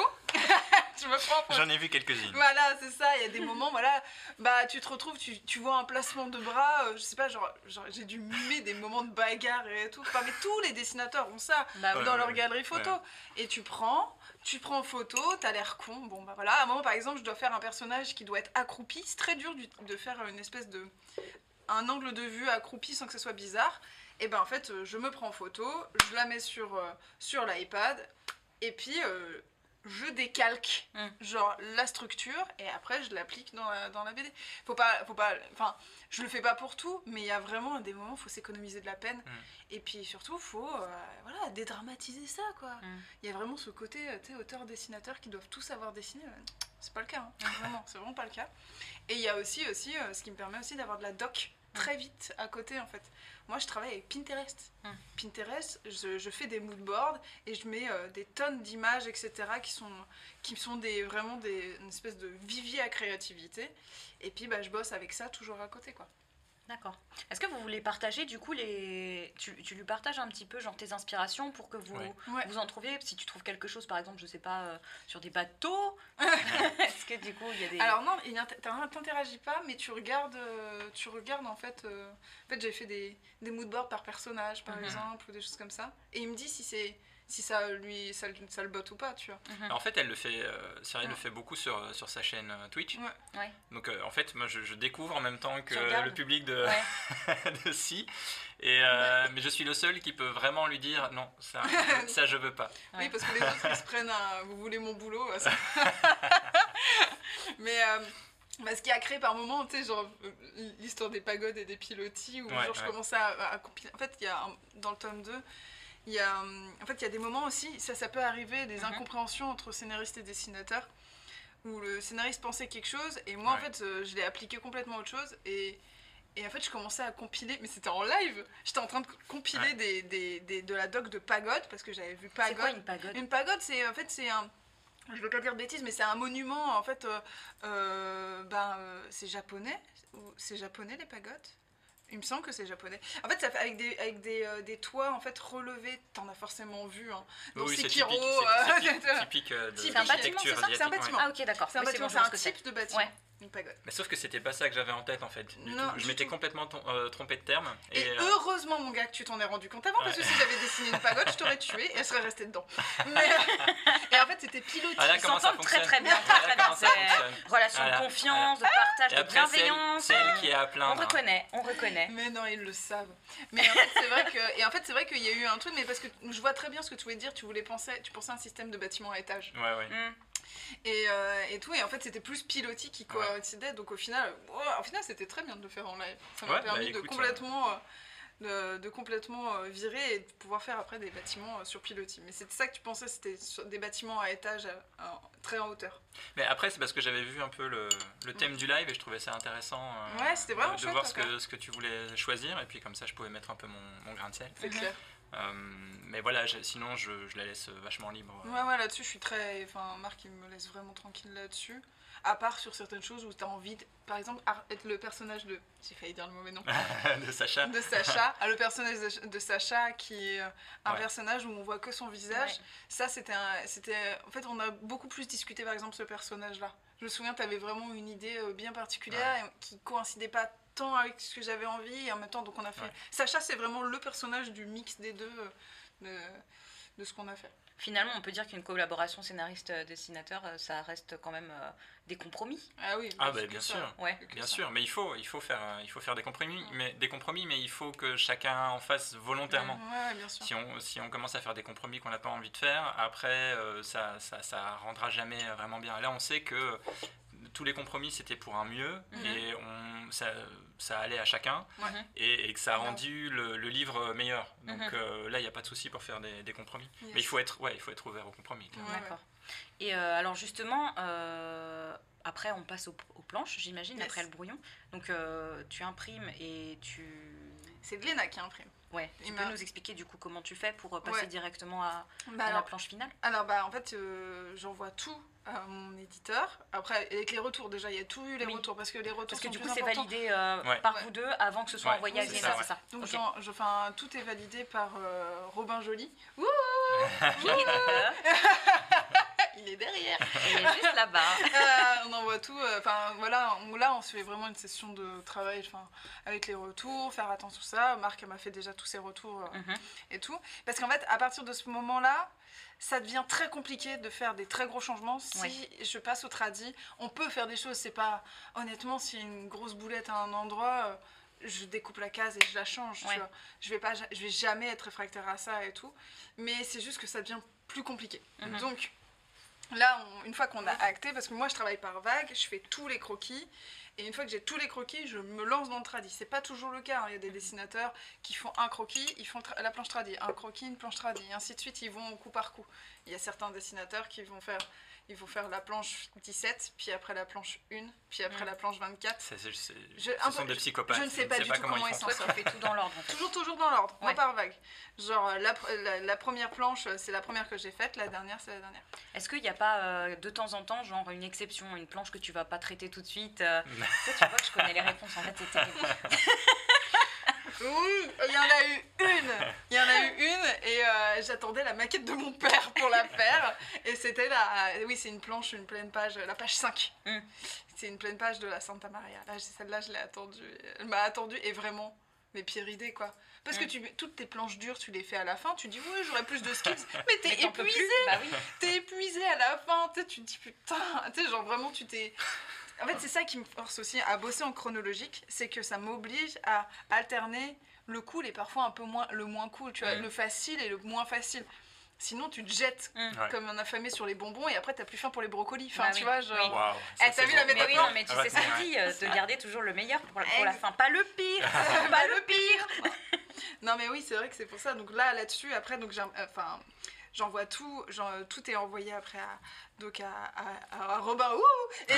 J'en ai vu quelques-unes. Voilà, c'est ça, il y a des moments, voilà, bah tu te retrouves, tu vois un placement de bras, je sais pas, genre j'ai dû mimer des moments de bagarre et tout. Enfin, mais tous les dessinateurs ont ça dans leur galerie photo. Ouais. Et tu prends en photo, t'as l'air con, bon bah voilà. À un moment, par exemple, je dois faire un personnage qui doit être accroupi, c'est très dur de faire une espèce de... un angle de vue accroupi sans que ça soit bizarre, et ben en fait je me prends en photo, je la mets sur l'iPad et puis je décalque genre la structure et après je l'applique dans la BD. Faut pas, enfin je le fais pas pour tout, mais il y a vraiment des moments où faut s'économiser de la peine et puis surtout faut voilà, dédramatiser ça quoi. Il y a vraiment ce côté tu sais, auteur-dessinateur qui doivent tous savoir dessiner. C'est pas le cas, vraiment, c'est vraiment pas le cas. Et il y a aussi ce qui me permet aussi d'avoir de la doc très vite à côté en fait. Moi je travaille avec Pinterest. Pinterest, je fais des moodboards et je mets des tonnes d'images etc. qui sont vraiment une espèce de vivier à créativité. Et puis bah, je bosse avec ça toujours à côté quoi. D'accord. Est-ce que vous voulez partager du coup tu lui partages un petit peu genre tes inspirations pour que vous vous en trouviez, si tu trouves quelque chose par exemple je sais pas sur des bateaux est-ce que du coup il y a des... Alors non, t'interagis pas mais tu regardes en fait j'ai fait des moodboards par personnage par exemple ou des choses comme ça et il me dit si ça le botte ou pas, tu vois. En fait, elle le fait, Cyril le fait beaucoup sur sa chaîne Twitch. Ouais. Donc, en fait, moi, je découvre en même temps que le public de Si. Et, mais je suis le seul qui peut vraiment lui dire non, ça je veux pas. Oui, parce que les autres, ils se prennent vous voulez mon boulot ça... Mais... ce qui a créé par moments, tu sais, genre l'histoire des pagodes et des pilotis, où genre, je commençais à compiler. En fait, il y a dans le tome 2, il y a des moments aussi, ça peut arriver, des incompréhensions entre scénaristes et dessinateurs, où le scénariste pensait quelque chose, et moi, en fait, je l'ai appliqué complètement autre chose, et en fait, je commençais à compiler, mais c'était en live, j'étais en train de compiler de la doc de pagode, parce que j'avais vu pagode. C'est quoi une pagode ? Une pagode, c'est un... Je veux pas dire de bêtises, mais c'est un monument, en fait, c'est japonais, c'est japonais les pagodes ? Il me semble que c'est japonais. En fait, ça fait avec des toits en fait relevés. T'en as forcément vu. Hein. Dans Sekiro. C'est typique de l'architecture asiatique. C'est un bâtiment. Ah ok, d'accord. C'est un bâtiment. C'est un type de bâtiment. Ouais. Une pagode. Mais sauf que c'était pas ça que j'avais en tête en fait. Je m'étais complètement trompé de terme. Et heureusement, mon gars, que tu t'en es rendu compte avant, parce que si j'avais dessiné une pagode, je t'aurais tué et elle serait restée dedans. Et en fait, c'était piloté. Ah, là, comment ça fonctionne ? Très bien. C'est relation de confiance, de partage, de bienveillance. C'est elle qui est à plaindre. On reconnaît. Mais non, ils le savent. Mais en fait, c'est vrai qu'il y a eu un truc, mais parce que je vois très bien ce que tu voulais dire. Tu pensais à un système de bâtiment à étage. Ouais. Et tout, et en fait c'était plus pilotis qui coïncidaient, donc au final c'était très bien de le faire en live. Ça m'a permis de complètement virer et de pouvoir faire après des bâtiments sur pilotis. Mais c'était ça que tu pensais, c'était des bâtiments à étage très en hauteur. Mais après c'est parce que j'avais vu un peu le thème du live et je trouvais ça intéressant c'était vraiment de voir ce que tu voulais choisir, et puis comme ça je pouvais mettre un peu mon grain de sel. C'est clair. Mais voilà, sinon je la laisse vachement libre. Ouais, là-dessus je suis très... Enfin, Marc il me laisse vraiment tranquille là-dessus. À part sur certaines choses où tu as envie, par exemple, être le personnage de... J'ai failli dire le mauvais nom. De Sacha. Le personnage de Sacha qui est un personnage où on voit que son visage. Ouais. Ça, c'était... En fait, on a beaucoup plus discuté, par exemple, ce personnage-là. Je me souviens, tu avais vraiment une idée bien particulière qui coïncidait pas tant avec ce que j'avais envie, et en même temps, donc on a fait... Sacha, c'est vraiment le personnage du mix des deux... de de ce qu'on a fait. Finalement, on peut dire qu'une collaboration scénariste-dessinateur, ça reste quand même des compromis. Ah oui. Bien sûr. Ouais. Bien sûr, mais il faut faire des compromis, mais il faut que chacun en fasse volontairement. Ouais, bien sûr. Si on commence à faire des compromis qu'on n'a pas envie de faire, après ça rendra jamais vraiment bien. Là, on sait que tous les compromis c'était pour un mieux et ça allait à chacun et que ça a rendu le livre meilleur. Donc là, il n'y a pas de souci pour faire des compromis. Yes. Mais il faut être ouvert aux compromis. D'accord. Et alors justement, après on passe aux planches, j'imagine, après le brouillon. Donc tu imprimes et tu... C'est Glénat qui imprime. Ouais. Tu peux nous expliquer du coup comment tu fais pour passer directement à la planche finale? Alors en fait, j'envoie tout à mon éditeur. Après, avec les retours, déjà, il y a tout eu les retours parce que les retours sont du coup, plus c'est importants. validé par vous deux avant que ce soit envoyé à Glénat, c'est ça? Donc tout est validé par Robin Joly. Ouh il est derrière. Il est juste là-bas. On envoie tout. Là, on se fait vraiment une session de travail avec les retours, faire attention à ça. Marc m'a fait déjà tous ses retours et tout. Parce qu'en fait, à partir de ce moment-là, ça devient très compliqué de faire des très gros changements. Si je passe au tradi, on peut faire des choses. C'est pas... Honnêtement, s'il y a une grosse boulette à un endroit... je découpe la case et je la change. Tu vois. Je vais jamais être réfractaire à ça et tout. Mais c'est juste que ça devient plus compliqué. Donc... Là, une fois qu'on a acté, parce que moi je travaille par vague, je fais tous les croquis, et une fois que j'ai tous les croquis, je me lance dans le tradi. C'est pas toujours le cas, il y a des dessinateurs qui font un croquis, ils font la planche tradi, un croquis, une planche tradi, et ainsi de suite, ils vont coup par coup. Il y a certains dessinateurs qui vont faire la planche 17, puis après la planche 1, puis après la planche 24. Ce sont des psychopathes. Je ne sais pas du tout comment ils s'en sortent. Tu fais tout dans l'ordre. Toujours dans l'ordre, pas par vague. Genre, la première planche, c'est la première que j'ai faite, la dernière, c'est la dernière. Est-ce qu'il n'y a pas, de temps en temps, genre une exception, une planche que tu vas pas traiter tout de suite tu vois que je connais les réponses, en fait, c'est terrible. Oui, il y en a eu une et j'attendais la maquette de mon père pour la faire et c'était c'est une planche, une pleine page, la page 5. C'est une pleine page de la Santa Maria. Là, celle-là, je l'ai attendue, elle m'a attendue et vraiment mes pires idées quoi. Parce que toutes tes planches dures, tu les fais à la fin, tu dis oui, j'aurais plus de skills, mais t'es épuisé. T'es épuisé à la fin, tu te dis putain, genre vraiment tu t'es... En fait, c'est ça qui me force aussi à bosser en chronologique, c'est que ça m'oblige à alterner le cool et parfois un peu le moins cool, tu vois, le facile et le moins facile. Sinon, tu te jettes comme un affamé sur les bonbons et après, t'as plus faim pour les brocolis. Enfin, tu vois, genre... T'as vu la métaphore? Mais tu sais ce qu'on dit, de garder toujours le meilleur pour la fin. Pas le pire, pas le pire. Non, mais oui, c'est vrai que c'est pour ça. Donc là-dessus, après, donc j'envoie tout, tout est envoyé après à Robin, et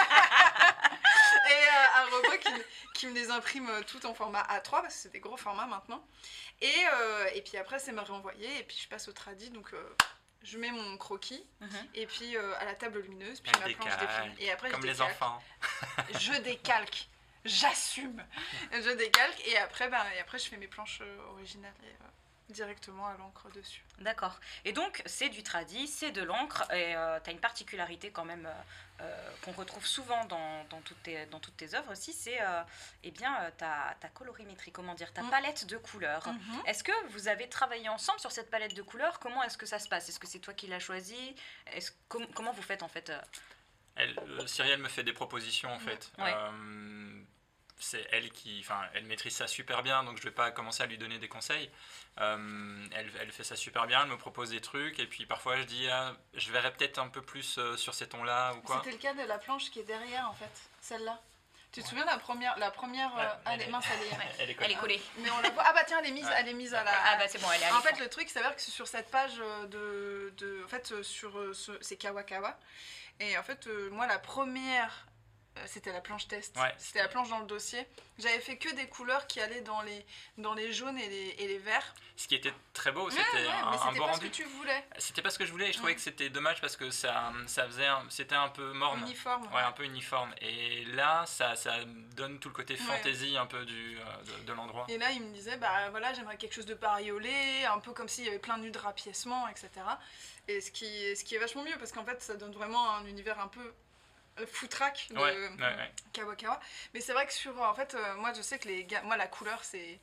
à Robin qui me les imprime tout en format A3 parce que c'est des gros formats maintenant. Et puis après c'est me réenvoyé et puis je passe au tradi, donc je mets mon croquis et puis à la table lumineuse, puis ma planche défile. Et après comme les enfants. Je décalque. J'assume, je décalque et après je fais mes planches originales directement à l'encre dessus. D'accord. Et donc, c'est du tradi, c'est de l'encre, et tu as une particularité quand même qu'on retrouve souvent dans toutes tes œuvres aussi, c'est ta colorimétrie, comment dire, ta palette de couleurs. Est-ce que vous avez travaillé ensemble sur cette palette de couleurs? Comment est-ce que ça se passe? Est-ce que c'est toi qui l'as choisie? Comment vous faites en fait Cyrielle me fait des propositions en fait. C'est elle elle maîtrise ça super bien, donc je vais pas commencer à lui donner des conseils. Elle fait ça super bien, elle me propose des trucs, et puis parfois je dis je verrais peut-être un peu plus sur ces tons-là ou quoi. C'était le cas de la planche qui est derrière en fait, celle-là. Tu te souviens la première elle est collée. Mais on la voit. Ah bah tiens, elle est mise à la... Ah bah c'est bon, elle est à En fait, le truc, c'est que sur cette page en fait, c'est Kawakawa. Et en fait, moi, la première... C'était la planche test, c'était la planche dans le dossier. J'avais fait que des couleurs qui allaient dans les jaunes et les verts. Ce qui était très beau, c'était un beau rendu. C'était pas ce que tu voulais. C'était pas ce que je voulais et je trouvais que c'était dommage parce que c'était un peu morne. Uniforme. Ouais, un peu uniforme. Et là, ça donne tout le côté fantaisie un peu de l'endroit. Et là, il me disait, j'aimerais quelque chose de bariolé, un peu comme s'il y avait plein de rapiècements, etc. Et ce qui est vachement mieux parce qu'en fait, ça donne vraiment un univers un peu... foutraque de Kawakawa. Mais c'est vrai que moi je sais que moi la couleur c'est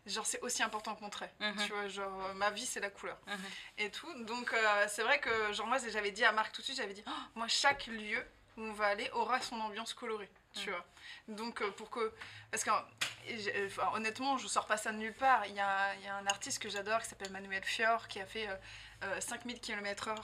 genre c'est aussi important que mon trait, tu vois, genre ma vie c'est la couleur et tout. Donc c'est vrai que genre moi j'avais dit à Marc tout de suite, j'avais dit moi chaque lieu où on va aller aura son ambiance colorée, tu vois. Donc parce que honnêtement je sors pas ça de nulle part. Il y a un artiste que j'adore qui s'appelle Manuel Fior qui a fait 5000 km/h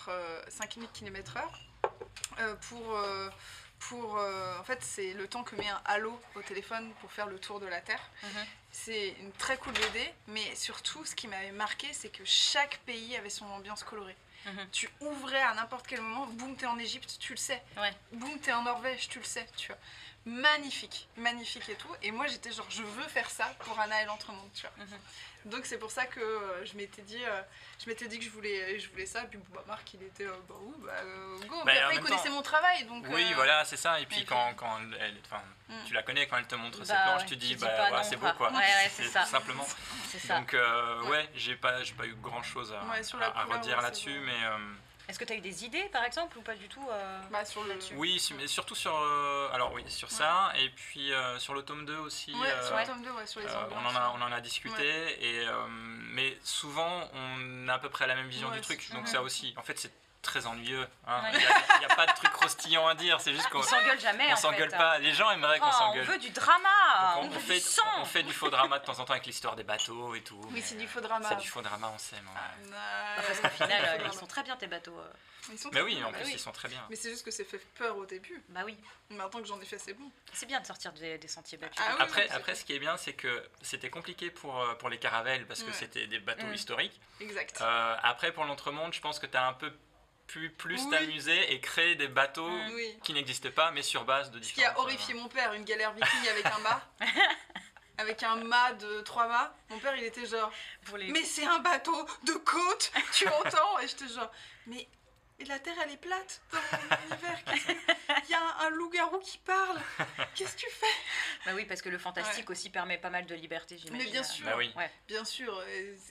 en fait, c'est le temps que met un halo au téléphone pour faire le tour de la Terre. C'est une très cool BD, mais surtout, ce qui m'avait marqué, c'est que chaque pays avait son ambiance colorée. Tu ouvrais à n'importe quel moment, boum, t'es en Égypte, tu le sais. Boum, t'es en Norvège, tu le sais, tu vois. Magnifique et tout. Et moi, j'étais genre, je veux faire ça pour Anna et l'Entremonde, tu vois. Donc c'est pour ça que je m'étais dit que je voulais ça. Et puis Marc il était go. Mais après il connaissait mon travail donc. Oui voilà c'est ça. Et puis quand elle, tu la connais quand elle te montre ses planches, tu dis c'est beau quoi. C'est ça. Simplement. C'est ça. Donc j'ai pas eu grand chose à redire là-dessus mais. Est-ce que tu as eu des idées, par exemple, ou pas du tout sur le... Oui, mais surtout sur, sur ça, et puis sur le tome 2 aussi. Sur le tome 2, sur les ambiances. On en a discuté, mais souvent, on a à peu près la même vision du truc, donc ça aussi. En fait, c'est très ennuyeux. Il n'y a pas de truc croustillant à dire, c'est juste qu'on... Ils s'engueulent jamais, on s'engueule pas. Les gens aimeraient qu'on s'engueule. On veut du drama, on veut du sang. On fait du faux drama de temps en temps avec l'histoire des bateaux et tout. Oui, c'est du faux drama. C'est du faux drama, on s'aime. Parce qu'au final, ils sont très bien tes bateaux. Mais oui, en plus, ils sont très bien. Mais c'est juste que c'est fait peur au début. Bah oui. Maintenant que j'en ai fait, c'est bon. C'est bien de sortir des sentiers battus. Après, ce qui est bien, c'est que c'était compliqué pour les caravelles, parce que c'était des bateaux historiques. Exact. Après, pour l'Entremonde, je pense que tu as un peu plus t'amuser et créer des bateaux qui n'existaient pas, mais sur base de différents... Ce qui a horrifié mon père, une galère viking avec un mât. Avec un mât de 3 mâts. Mon père, il était genre... Mais c'est un bateau de côte, tu entends? Et j'étais genre... Mais la Terre, elle est plate dans l'univers. Il y a un loup-garou qui parle. Qu'est-ce que tu fais? Bah oui, parce que le fantastique aussi permet pas mal de liberté, j'imagine. Mais bien sûr, bien sûr.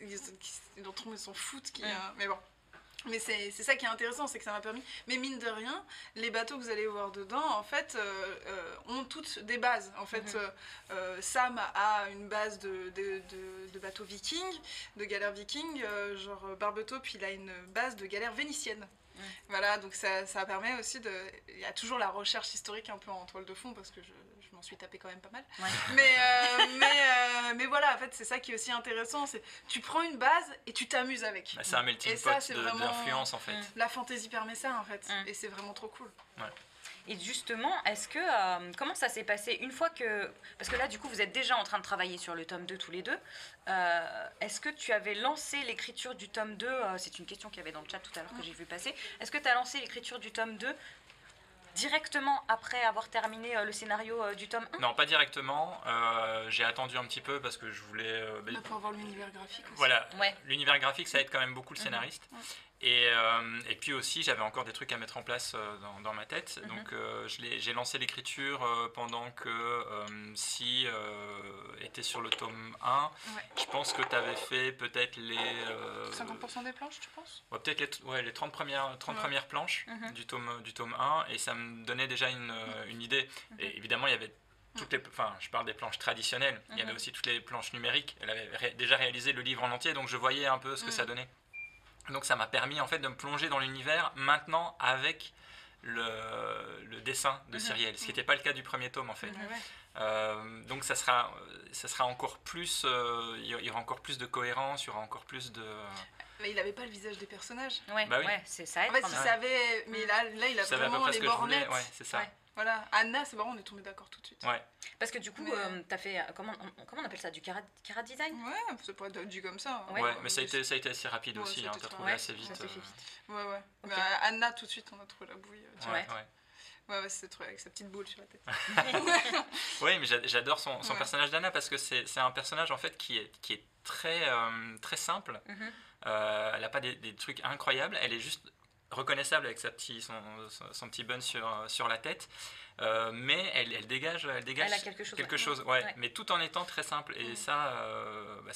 Ils s'en foutent. Mais bon. Mais c'est ça qui est intéressant, c'est que ça m'a permis. Mais mine de rien, les bateaux que vous allez voir dedans, en fait, ont toutes des bases. En fait, Sam a une base de bateaux vikings, de galères vikings, genre Barbeteau, puis il a une base de galères vénitiennes. Voilà, donc ça permet aussi de... Il y a toujours la recherche historique un peu en toile de fond, parce que je m'en suis tapé quand même pas mal. Mais voilà, en fait, c'est ça qui est aussi intéressant, c'est tu prends une base et tu t'amuses avec. C'est un melting pot d'influence, en fait. La fantaisie permet ça, en fait, et c'est vraiment trop cool. Et justement, est-ce que comment ça s'est passé une fois que... Parce que là, du coup, vous êtes déjà en train de travailler sur le tome 2 tous les deux. Est-ce que tu avais lancé l'écriture du tome 2 c'est une question qu'il y avait dans le chat tout à l'heure que j'ai vu passer. Est-ce que tu as lancé l'écriture du tome 2 directement après avoir terminé le scénario du tome 1? Non, pas directement. J'ai attendu un petit peu parce que je voulais... pour avoir l'univers graphique aussi. Voilà, l'univers graphique, ça aide quand même beaucoup le scénariste. Et puis aussi, j'avais encore des trucs à mettre en place dans ma tête. Donc, j'ai lancé l'écriture pendant que Si était sur le tome 1. Je pense que tu avais fait peut-être les... 50% des planches, tu penses? Peut-être les 30 premières planches du tome 1. Et ça me donnait déjà une idée. Et évidemment, il y avait... je parle des planches traditionnelles. Il y avait aussi toutes les planches numériques. Elle avait déjà réalisé le livre en entier, donc je voyais un peu ce que ça donnait. Donc ça m'a permis en fait de me plonger dans l'univers maintenant avec le dessin de Cyrielle, ce qui n'était pas le cas du premier tome en fait. Donc ça sera encore plus, il y aura encore plus de cohérence, il y aura encore plus de... Mais il n'avait pas le visage des personnages. C'est ça. En fait, il savait, mais là il a vraiment les bords nets. C'est ça. Voilà, Anna, c'est marrant, on est tombé d'accord tout de suite. Parce que du coup, t'as fait, comment on appelle ça, du cara design? Ouais, ça pourrait être dit comme ça. Mais ça a été assez rapide aussi, t'as trouvé assez vite. Ça s'est fait vite. Okay. Mais Anna, tout de suite, on a trouvé la bouille. C'est trop avec sa petite boule sur la tête. Oui, mais j'adore son personnage d'Anna parce que c'est un personnage en fait qui est très, très simple. Elle n'a pas des trucs incroyables, elle est juste reconnaissable avec son petit bun sur la tête, mais elle dégage elle a quelque chose. Mais tout en étant très simple, et ça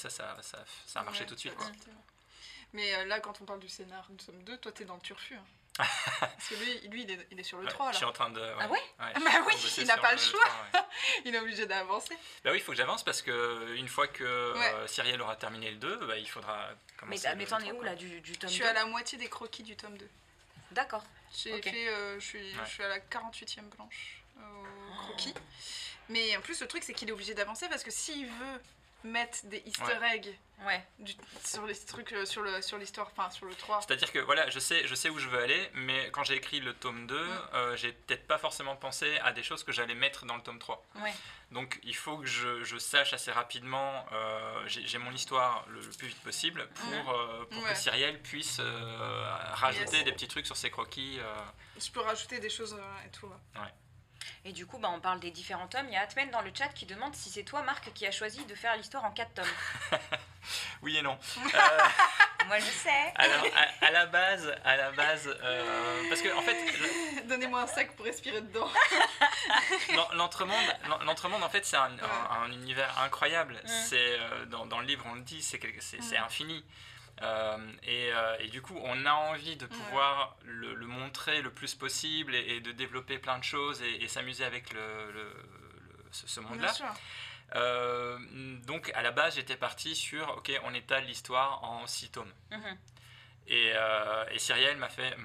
a marché tout de suite. Mais là, quand on parle du scénar du tome 2, toi t'es dans le turfu. Parce que lui il est sur le 3 là. Je suis en train de... Ouais, ah ouais, bah oui, il n'a pas le choix. 3, il est obligé d'avancer. Bah oui, il faut que j'avance parce que une fois que Cyrielle aura terminé le 2, bah, il faudra commencer mais t'en es où là du tome 2? Je suis à la moitié des croquis du tome 2. D'accord. J'ai fait, je suis à la 48e planche au croquis. Mais en plus, le truc, c'est qu'il est obligé d'avancer parce que s'il veut mettre des easter eggs sur les trucs, sur l'histoire, enfin sur le 3. C'est-à-dire que voilà, je sais où je veux aller, mais quand j'ai écrit le tome 2, j'ai peut-être pas forcément pensé à des choses que j'allais mettre dans le tome 3. Ouais. Donc il faut que je sache assez rapidement, j'ai mon histoire le plus vite possible pour que Cyrielle puisse rajouter des petits trucs sur ses croquis. Je peux rajouter des choses et tout. Ouais. Et du coup, on parle des différents tomes. Il y a Atmen dans le chat qui demande si c'est toi, Marc, qui a choisi de faire l'histoire en 4 tomes. Oui et non. Moi, je sais. Alors, à la base, parce que en fait... Donnez-moi un sac pour respirer dedans. L'Entremonde, en fait, c'est un univers incroyable. C'est, dans le livre, on le dit, c'est infini. Et du coup, on a envie de pouvoir le montrer le plus possible et de développer plein de choses et s'amuser avec ce monde-là. Donc, à la base, j'étais parti sur, ok, on étale l'histoire en 6 tomes. Et Cyrielle m'a fait,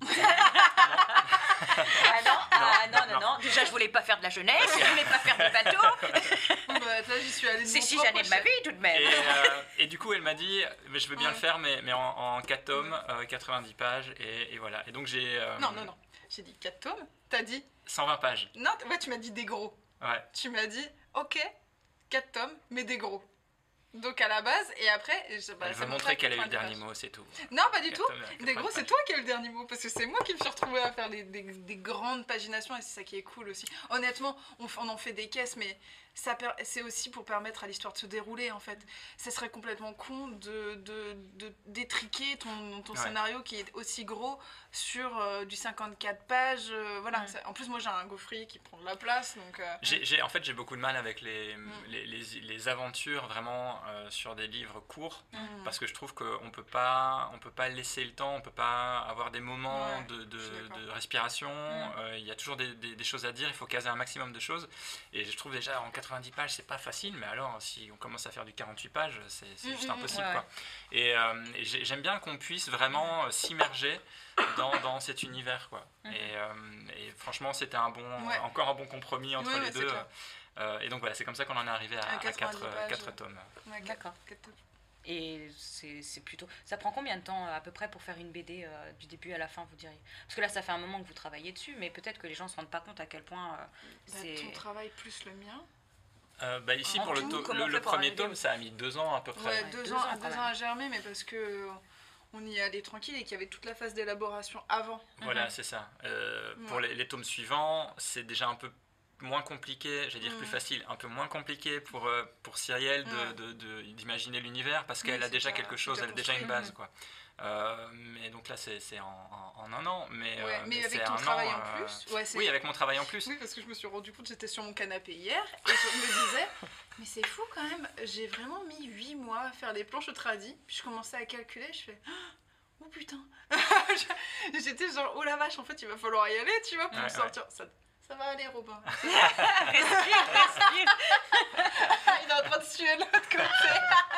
non. Déjà, je voulais pas faire de la jeunesse, je voulais pas faire des bateaux. Là, j'y suis allée de c'est 6 années de ma vie, tout de même. Et du coup, elle m'a dit, mais je veux bien le faire, mais en 4 tomes, 90 pages, et voilà. Et donc, j'ai... Non. J'ai dit 4 tomes. T'as dit 120 pages. Non, tu m'as dit des gros. Ouais. Tu m'as dit, ok, 4 tomes, mais des gros. Donc à la base, et après... elle veut montrer qu'elle a eu le dernier mot, c'est tout. Non, pas du tout. Des gros, c'est toi qui as eu le dernier mot, parce que c'est moi qui me suis retrouvée à faire des grandes paginations, et c'est ça qui est cool aussi. Honnêtement, on en fait des caisses, mais c'est aussi pour permettre à l'histoire de se dérouler, en fait. Ça serait complètement con d'étriquer ton scénario qui est aussi gros sur du 54 pages. Voilà. En plus, moi, j'ai un gaufrier qui prend de la place, donc... En fait, j'ai beaucoup de mal avec les aventures, vraiment, sur des livres courts, parce que je trouve qu'on peut pas laisser le temps, on peut pas avoir des moments de respiration, il y a toujours des choses à dire, il faut caser un maximum de choses, et je trouve déjà en 90 pages, c'est pas facile, mais alors, si on commence à faire du 48 pages, c'est juste impossible, quoi. Et j'aime bien qu'on puisse vraiment s'immerger dans cet univers, quoi. Et franchement, c'était encore un bon compromis entre les deux. Et donc voilà, c'est comme ça qu'on en est arrivé à 4 tomes. D'accord. Et c'est plutôt... Ça prend combien de temps à peu près pour faire une BD du début à la fin, vous diriez? Parce que là, ça fait un moment que vous travaillez dessus, mais peut-être que les gens ne se rendent pas compte à quel point c'est... Ton travail plus le mien. Ici, pour le premier tome, ça a mis 2 ans à peu près. Ouais, 2 ans à germer, mais parce que on y allait tranquille et qu'il y avait toute la phase d'élaboration avant. Voilà, c'est ça. Pour les tomes suivants, c'est déjà un peu moins compliqué, j'allais dire plus facile, un peu moins compliqué pour Cyrielle d'imaginer l'univers, parce qu'elle a déjà quelque chose, elle a déjà une base, quoi. Mais donc là, c'est en un an, mais avec ton travail en plus. Oui, avec mon travail en plus. Oui, parce que je me suis rendu compte, j'étais sur mon canapé hier, et je me disais, mais c'est fou quand même, j'ai vraiment mis 8 mois à faire les planches au tradi, puis je commençais à calculer, je fais... Oh putain. J'étais genre, oh la vache, en fait, il va falloir y aller, tu vois, pour sortir. Ça va aller, Robin. Respire. Il est en train de suer de l'autre côté.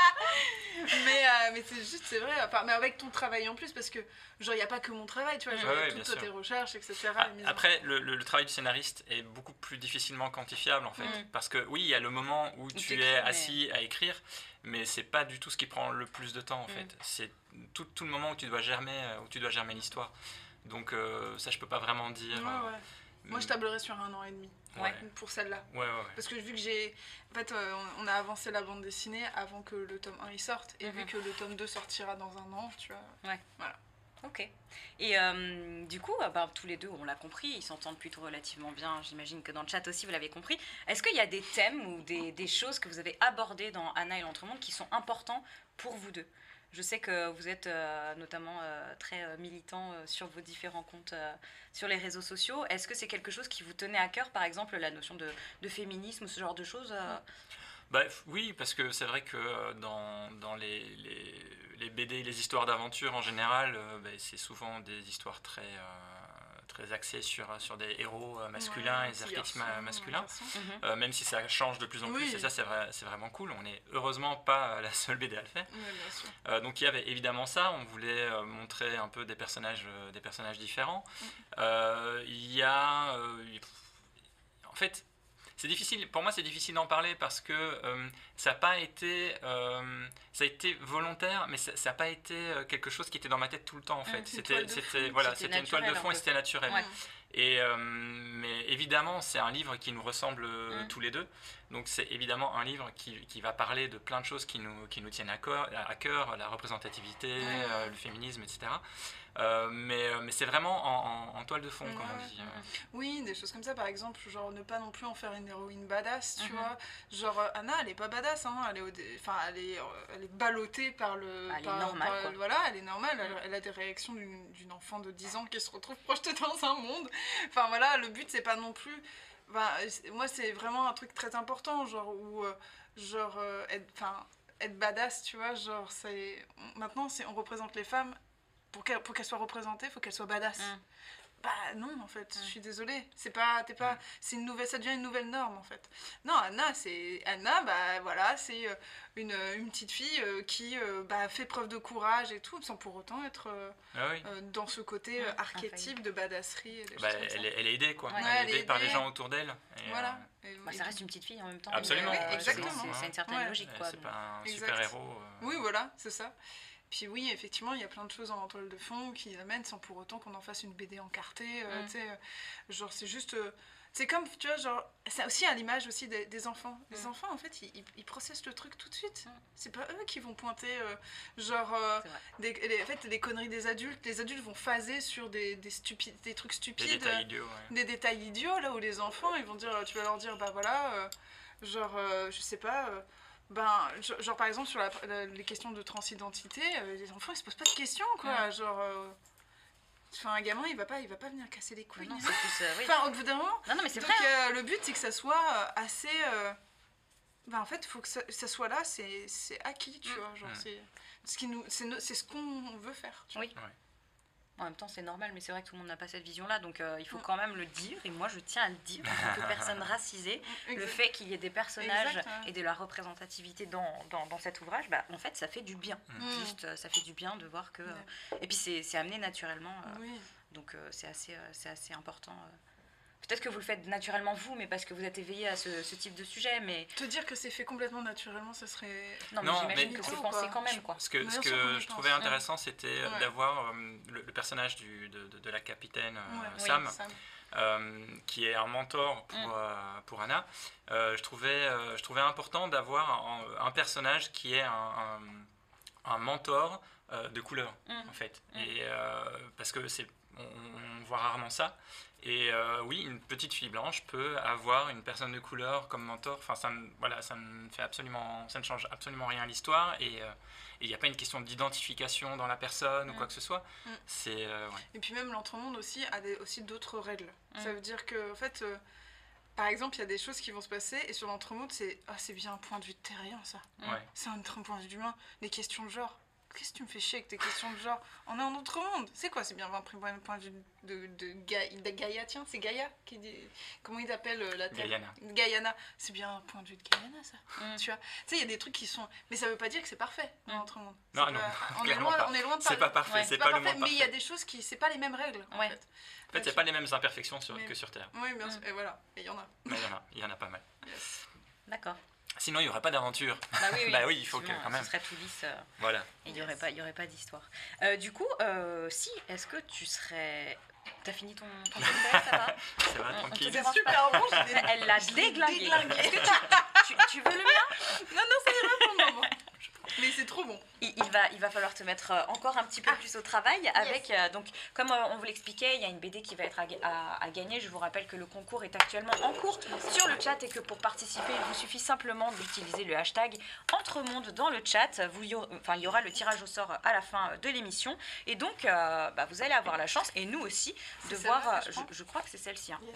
mais c'est vrai. Enfin, mais avec ton travail en plus, parce que genre, il n'y a pas que mon travail, tu vois. Toutes tes recherches, etc. Après, le travail du scénariste est beaucoup plus difficilement quantifiable, en fait. Parce que oui, il y a le moment où tu es assis à écrire, mais c'est pas du tout ce qui prend le plus de temps, en fait. C'est tout le moment où tu dois germer l'histoire. Donc ça, je peux pas vraiment dire... Moi, je tablerais sur 1 an et demi pour celle-là. Parce que vu que j'ai... En fait, on a avancé la bande dessinée avant que le tome 1 y sorte. Et vu que le tome 2 sortira dans 1 an, tu vois... Voilà. Ok. Et du coup, tous les deux, on l'a compris, ils s'entendent plutôt relativement bien. J'imagine que dans le chat aussi, vous l'avez compris. Est-ce qu'il y a des thèmes ou des choses que vous avez abordées dans Anna et l'Entremonde qui sont importants pour vous deux? Je sais que vous êtes notamment très militant sur vos différents comptes sur les réseaux sociaux. Est-ce que c'est quelque chose qui vous tenait à cœur, par exemple, la notion de féminisme ou ce genre de choses Oui, parce que c'est vrai que dans les BD, les histoires d'aventure en général, c'est souvent des histoires très axées sur des héros masculins et des archétypes masculins, même si ça change de plus en plus, et ça c'est vraiment cool. On n'est heureusement pas la seule BD à le faire. Bien sûr. Donc il y avait évidemment ça, on voulait montrer un peu des personnages différents. Il y a... en fait... Pour moi, c'est difficile d'en parler parce que ça a été volontaire, mais ça n'a pas été quelque chose qui était dans ma tête tout le temps en fait. C'était une toile de fond et c'était naturel. Ouais. Mais évidemment, c'est un livre qui nous ressemble tous les deux. Donc c'est évidemment un livre qui va parler de plein de choses qui nous tiennent à cœur, la représentativité, le féminisme, etc. Mais c'est vraiment en toile de fond, comme on dit. Oui, des choses comme ça, par exemple, genre ne pas non plus en faire une héroïne badass, tu vois. Genre Anna, elle est pas badass, hein, elle est ballottée par le... Elle est normale, quoi. Voilà, elle est normale, elle a des réactions d'une enfant de 10 ans qui se retrouve projetée dans un monde. Enfin voilà, le but c'est pas non plus... moi c'est vraiment un truc très important, être badass, tu vois, genre maintenant on représente les femmes. Pour qu'elle soit représentée, il faut qu'elle soit badass. Bah non, en fait, je suis désolée. C'est ça devient une nouvelle norme, en fait. Non, Anna, c'est une petite fille qui fait preuve de courage et tout, sans pour autant être dans ce côté archétype de badasserie. Elle est aidée, quoi. Elle est aidée par les gens autour d'elle. Voilà. Ça reste une petite fille en même temps. Absolument. Exactement. C'est une certaine logique, quoi. C'est pas un super-héros. Oui, voilà, c'est ça. Puis oui, effectivement, il y a plein de choses en toile de fond qui l'amènent sans pour autant qu'on en fasse une BD encartée. Genre, c'est juste... c'est comme, tu vois, genre... C'est aussi à l'image aussi des enfants. Les enfants, en fait, ils processent le truc tout de suite. C'est pas eux qui vont pointer, les conneries des adultes. Les adultes vont phaser sur des trucs stupides. Des détails idiots, Des détails idiots, là où les enfants, ils vont dire... Tu vas leur dire, je sais pas... genre par exemple sur les questions de transidentité, les enfants ils se posent pas de questions quoi, un gamin il va pas venir casser les couilles. Non, c'est plus, au bout d'un moment. Non mais c'est donc, vrai. Le but c'est que ça soit assez en fait il faut que ça soit là, c'est acquis, tu vois, genre c'est ce qu'on veut faire, tu vois. Oui. Ouais. En même temps, c'est normal, mais c'est vrai que tout le monde n'a pas cette vision-là, donc il faut quand même le dire, et moi je tiens à le dire, en tant que personne racisée, le fait qu'il y ait des personnages et de la représentativité dans cet ouvrage, en fait, ça fait du bien. Juste, ça fait du bien de voir que... Et puis c'est amené naturellement, donc c'est assez important. Peut-être que vous le faites naturellement vous, mais parce que vous êtes éveillé à ce type de sujet, mais... Te dire que c'est fait complètement naturellement, ça serait... Non, mais j'imagine que c'est pensé quand même, quoi. Ce que je trouvais intéressant, c'était d'avoir le personnage de la capitaine Sam, qui est un mentor pour Anna. Je trouvais important d'avoir un personnage qui est un mentor de couleur, en fait. Et parce que on voit rarement ça. Et oui, une petite fille blanche peut avoir une personne de couleur comme mentor. Enfin, ça ne change absolument rien à l'histoire. Et il n'y a pas une question d'identification dans la personne ou quoi que ce soit. Et puis même l'entremonde aussi a aussi d'autres règles. Ça veut dire que, en fait, par exemple, il y a des choses qui vont se passer et sur l'entremonde, c'est bien un point de vue de terrien, ça. C'est un point de vue d'humain. Les questions de genre. Qu'est-ce que tu me fais chier avec tes questions de genre? On est en autre monde. C'est quoi? C'est bien un point de vue de Gaïa. Tiens, c'est Gaïa qui dit... Comment il appelle la Terre? Gaiana. C'est bien un point de vue de Gaiana, ça. Tu vois? Tu sais, il y a des trucs qui sont... Mais ça veut pas dire que c'est parfait dans l'autre monde. Non, on est loin de c'est pas parfait. C'est pas le monde parfait. Mais il y a des choses qui... C'est pas les mêmes règles, en fait. En fait, c'est pas les mêmes imperfections que sur Terre. Oui, bien sûr. Et voilà. Et il y en a. Il y en a pas mal. Yes. D'accord. Sinon, il n'y aurait pas d'aventure. Oui, il faut que quand même. Ce serait tout lisse. Voilà. Et il n'y aurait pas d'histoire. Du coup, est-ce que tu serais... T'as fini ton cocktail, ça va? Ça va, tranquille. C'est super bon. Elle l'a déglingué. Est-ce que tu veux le mien? Non, ça ira pour le moment. Mais c'est trop bon. Il va falloir te mettre encore un petit peu plus au travail avec donc comme on vous l'expliquait, il y a une BD qui va être à gagner. Je vous rappelle que le concours est actuellement en cours sur le chat et que pour participer, il vous suffit simplement d'utiliser le hashtag Entremonde dans le chat. Il y aura le tirage au sort à la fin de l'émission et donc vous allez avoir la chance et nous aussi de voir. Je crois que c'est celle-ci. Yes. Oui.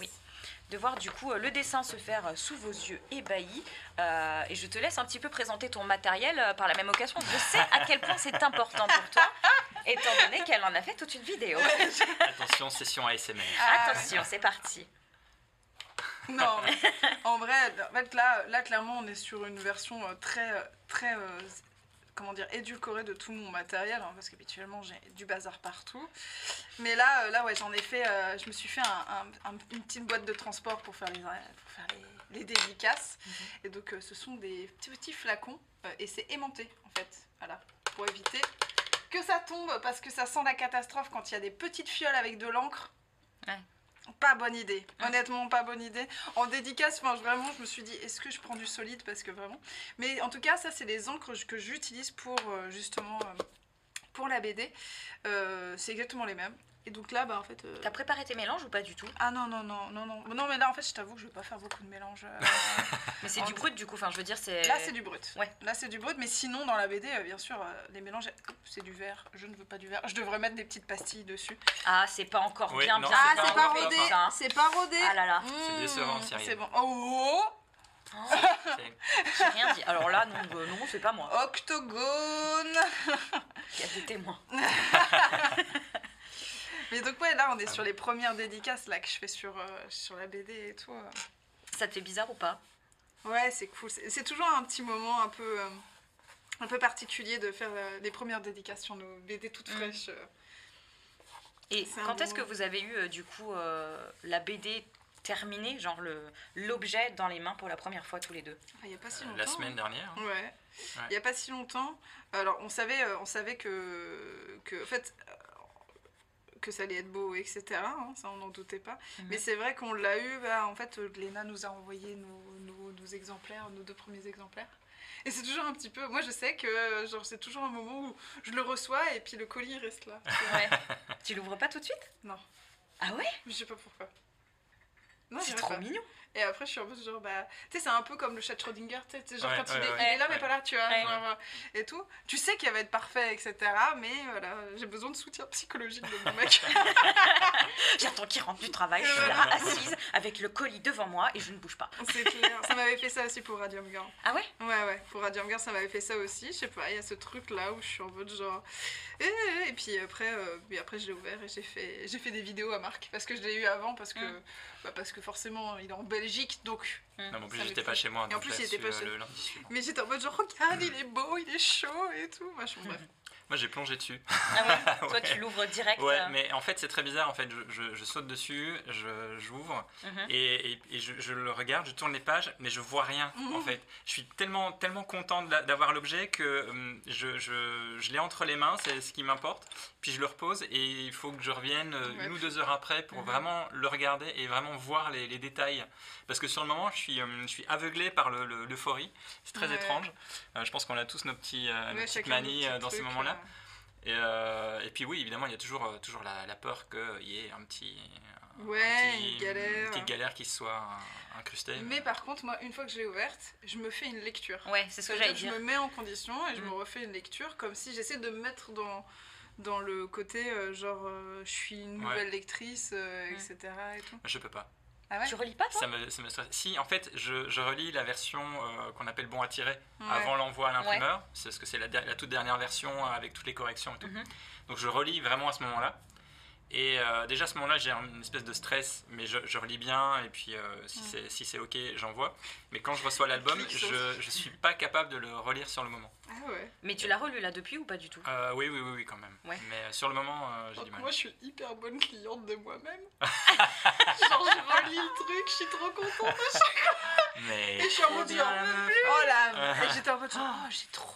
de voir du coup le dessin se faire sous vos yeux ébahis. Et je te laisse un petit peu présenter ton matériel par la même occasion. Je sais à quel point c'est important pour toi, étant donné qu'elle en a fait toute une vidéo. Attention, session ASMR. Attention, c'est parti. Non, mais en vrai, là, clairement, on est sur une version très comment dire, édulcorée de tout mon matériel, hein, parce qu'habituellement, j'ai du bazar partout. Mais là ouais, j'en ai fait, je me suis fait une petite boîte de transport pour faire les dédicaces. Et donc, ce sont des petits flacons, et c'est aimanté, en fait, voilà, pour éviter que ça tombe, parce que ça sent la catastrophe quand il y a des petites fioles avec de l'encre. Ouais. Pas bonne idée, honnêtement pas bonne idée. En dédicace, vraiment je me suis dit est-ce que je prends du solide, parce que vraiment. Mais en tout cas ça c'est les encres que j'utilise pour justement pour la BD. C'est exactement les mêmes. Et donc là en fait... T'as préparé tes mélanges ou pas du tout? Ah non mais là en fait je t'avoue que je vais pas faire beaucoup de mélanges. Mais c'est du brut du coup, enfin je veux dire c'est... Là c'est du brut. Ouais. Là c'est du brut, mais sinon dans la BD bien sûr les mélanges, c'est du vert, je ne veux pas du vert. Je devrais mettre des petites pastilles dessus. Ah c'est pas encore Oui, bien non, bien. Ah c'est c'est pas pas encore rodé, pas. c'est pas rodé. Ah là là. C'est décevant, Cyril. C'est bon. Oh, J'ai rien dit. Alors là, non, c'est pas moi. octogone. Il y a des témoins. Mais donc ouais, là on est sur les premières dédicaces là que je fais sur la BD et tout. Ça te fait bizarre ou pas? Ouais, c'est cool. C'est toujours un petit moment un peu particulier de faire les premières dédicaces sur nos BD toutes fraîches. Et C'est un quand est-ce bon- que vous avez eu du coup la BD terminée, genre l'objet dans les mains pour la première fois tous les deux? Il n'y a pas si longtemps. La semaine dernière. Ouais. Il n'y a pas si longtemps. Alors on savait que en fait que ça allait être beau, etc. hein, ça on n'en doutait pas. Mais c'est vrai qu'on l'a eu, en fait Léna nous a envoyé nos exemplaires, nos 2 premiers exemplaires. Et c'est toujours un petit peu... Moi je sais que genre c'est toujours un moment où je le reçois et puis le colis reste là. Ouais. Tu l'ouvres pas tout de suite? Non. Ah ouais? Je sais pas pourquoi. Non, C'est j'irais trop pas. mignon. Et après, je suis un peu genre, tu sais, c'est un peu comme le chat de Schrödinger, tu sais, genre Ouais, quand ouais, il ouais. est là, mais Ouais. pas là, tu vois, Ouais. genre, et tout. Tu sais qu'il va être parfait, etc. Mais voilà, j'ai besoin de soutien psychologique de mon mec. J'attends qu'il rentre du travail, je suis là assise avec le colis devant moi et je ne bouge pas. C'est clair. Ça m'avait fait ça aussi pour Radium Girl. Ah ouais? Ouais, pour Radium Girl, ça m'avait fait ça aussi. Je sais pas, il y a ce truc-là où je suis en mode genre... Et puis après je l'ai ouvert et j'ai fait des vidéos à Marc, parce que je l'ai eu avant, parce que forcément, il est en Belgique, donc... Non, mais en plus, Ça j'étais me pas fait- chez moi. Et en donc plus, je il était l'ai pas su, chez- le lundi suivant. Mais j'étais en mode genre, regarde, il est beau, il est chaud et tout. Machin, bref. Moi, j'ai plongé dessus. Ah ouais? Toi Ouais. tu l'ouvres direct. Ouais, mais en fait, c'est très bizarre. En fait, je saute dessus, j'ouvre et je le regarde, je tourne les pages, mais je vois rien. En fait, je suis tellement content d'avoir l'objet que je l'ai entre les mains, c'est ce qui m'importe. Puis je le repose et il faut que je revienne Ouais. 1 ou 2 heures après pour vraiment le regarder et vraiment voir les détails. Parce que sur le moment, je suis aveuglé par l'euphorie. C'est très Ouais. étrange. Je pense qu'on a tous nos Ouais, petites chacun nos manies petits dans ces trucs, moments-là. Et puis oui, évidemment, il y a toujours la peur qu'il y ait une galère. petite galère qui se soit incrustée. Mais par contre, moi, une fois que je l'ai ouverte, je me fais une lecture. Ouais, c'est ce que C'est-à-dire j'allais que dire. je me mets en condition et je me refais une lecture, comme si j'essaie de me mettre dans le côté, je suis une nouvelle lectrice, etc. et tout. Je peux pas. Ah ouais? Tu relis pas toi? Ça me stresse. Si, en fait, je relis la version qu'on appelle bon à tirer Ouais. avant l'envoi à l'imprimeur. C'est parce que c'est la toute dernière version avec toutes les corrections et tout. Donc je relis vraiment à ce moment-là. Et déjà à ce moment-là, j'ai une espèce de stress, mais je relis bien, et puis si c'est ok, j'envoie. Mais quand je reçois l'album, je suis pas capable de le relire sur le moment. Ah ouais. Mais tu l'as relu là depuis ou pas du tout? Oui, quand même. Ouais. Mais sur le moment, j'ai Donc du mal. moi, je suis hyper bonne cliente de moi-même. Genre, je relis le truc, je suis trop contente. Mais Et je suis en mode genre, oh là. Et j'étais en mode genre, oh, j'ai trop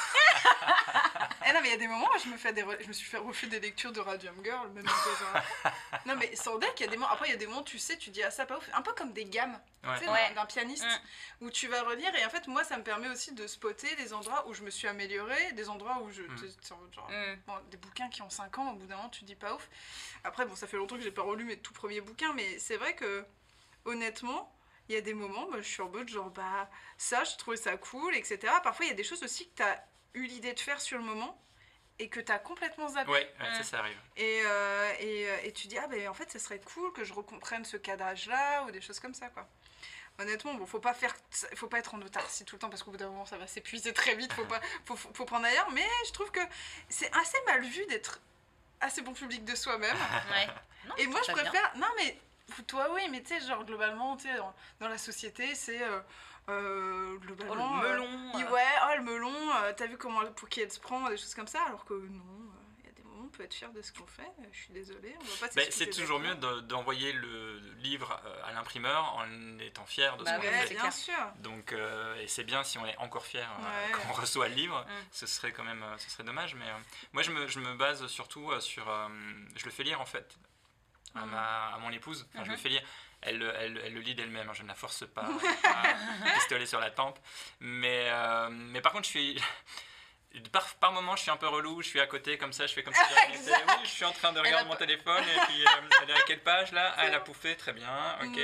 Et non, mais il y a des moments où je me suis fait refuser des lectures de Radium Girl, même non, mais sans deck, il y a des moments. Après, il y a des moments où tu sais, tu dis, ah, ça pas ouf. Un peu comme des gammes, Ouais. tu sais, Ouais. d'un pianiste, où tu vas relire. Et en fait, moi, ça me permet aussi de spotter les endroits où je me suis améliorée, des endroits où bon, des bouquins qui ont 5 ans, au bout d'un moment, tu dis pas ouf. Après, bon, ça fait longtemps que j'ai pas relu mes tout premiers bouquins, mais c'est vrai que, honnêtement, il y a des moments, je suis en mode genre, ça, je trouvais ça cool, etc. Parfois, il y a des choses aussi que tu as eu l'idée de faire sur le moment, et que t'as complètement zappé. Ouais, ça arrive. Et tu dis, ah ben en fait, ça serait cool que je recomprenne ce cadrage-là, ou des choses comme ça, quoi. Honnêtement, bon, faut pas être en autarcie tout le temps, parce qu'au bout d'un moment, ça va s'épuiser très vite, faut prendre ailleurs, mais je trouve que c'est assez mal vu d'être assez bon public de soi-même. Ouais. Non, et moi, je préfère... Non, mais toi, oui, mais tu sais, genre, globalement, tu sais, dans la société, c'est... globalement... le melon. Ouais, le melon, t'as vu pour qui elle se prend, des choses comme ça, alors que non, il y a des moments où on peut être fier de ce qu'on fait, je suis désolée, on va pas c'est toujours mieux d'envoyer le livre à l'imprimeur en étant fier de ce qu'on fait. Bien sûr. Donc, et c'est bien si on est encore fier quand on reçoit le livre, ce serait quand même ce serait dommage, mais moi je me base surtout sur... je le fais lire en fait à mon épouse, je le fais lire. Elle le lit d'elle-même, je ne la force pas à pistoler sur la tempe. Mais par contre, par moment, je suis un peu relou, je suis à côté comme ça, je fais comme si j'avais été. Oui, je suis en train de regarder mon téléphone, et puis elle est à quelle page là ? Ah, elle a pouffé, très bien, ok.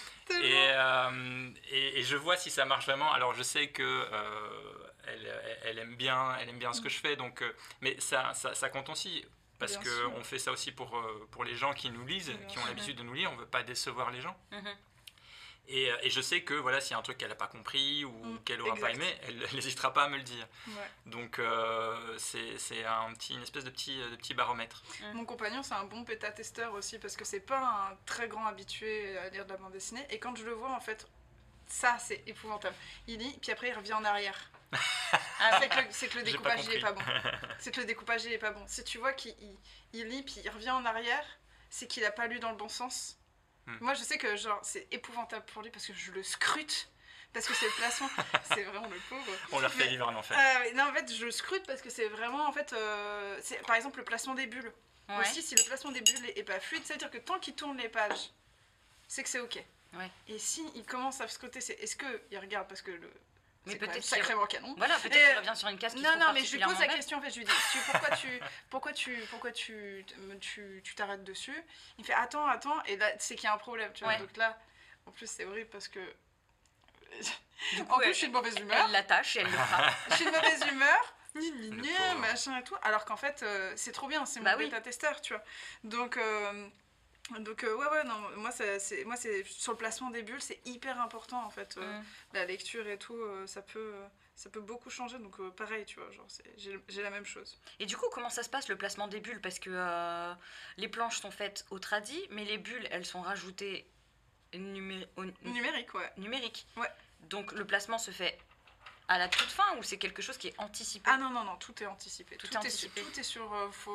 Et je vois si ça marche vraiment. Alors, je sais que elle aime bien ce que je fais, donc, mais ça compte aussi. Parce qu'on fait ça aussi pour les gens qui nous lisent, qui ont l'habitude de nous lire, on ne veut pas décevoir les gens. Et je sais que voilà, s'il y a un truc qu'elle n'a pas compris ou qu'elle n'aura pas aimé, elle n'hésitera pas à me le dire. Ouais. Donc c'est une espèce de petit baromètre. Mon compagnon, c'est un bon bêta-testeur aussi, parce que c'est pas un très grand habitué à lire de la bande dessinée. Et quand je le vois, en fait, ça, c'est épouvantable. Il lit, puis après, il revient en arrière. C'est que le découpage, il est pas bon. C'est que le découpage, il est pas bon. Si tu vois qu'il lit, puis il revient en arrière, c'est qu'il a pas lu dans le bon sens. Moi, je sais que genre c'est épouvantable pour lui, parce que je le scrute. Parce que c'est le placement, c'est vraiment le pauvre. On leur fait vivre un enfer. Non, en fait, je le scrute parce que c'est vraiment, en fait, c'est, par exemple, le placement des bulles. Ouais. Aussi, si le placement des bulles est pas fluide, ça veut dire que tant qu'il tourne les pages, c'est que c'est ok. Ouais. Et si il commence à scruter, c'est est-ce qu'il regarde parce que mais peut-être sacrément canon. Voilà, peut-être qu'il revient sur une case qui se trouve Non, mais je lui pose la belle. question, en fait, je lui dis pourquoi tu t'arrêtes dessus. Il me fait attends, et là c'est qu'il y a un problème, tu vois. Ouais. Donc là, en plus c'est horrible parce que du coup, je suis de mauvaise humeur. Elle l'attache et elle le frappe. Je suis de mauvaise humeur. Machin et tout, alors qu'en fait c'est trop bien, c'est mon bêta-testeur, tu vois. Donc non, moi c'est sur le placement des bulles, c'est hyper important en fait. La lecture et tout, ça peut beaucoup changer, donc pareil, tu vois, genre j'ai la même chose. Et du coup, comment ça se passe le placement des bulles ? Parce que les planches sont faites au tradi, mais les bulles, elles sont rajoutées numérique, ouais. Numérique. Ouais. Donc le placement se fait à la toute fin, ou c'est quelque chose qui est anticipé ? Ah non, tout est anticipé. Tout est sur...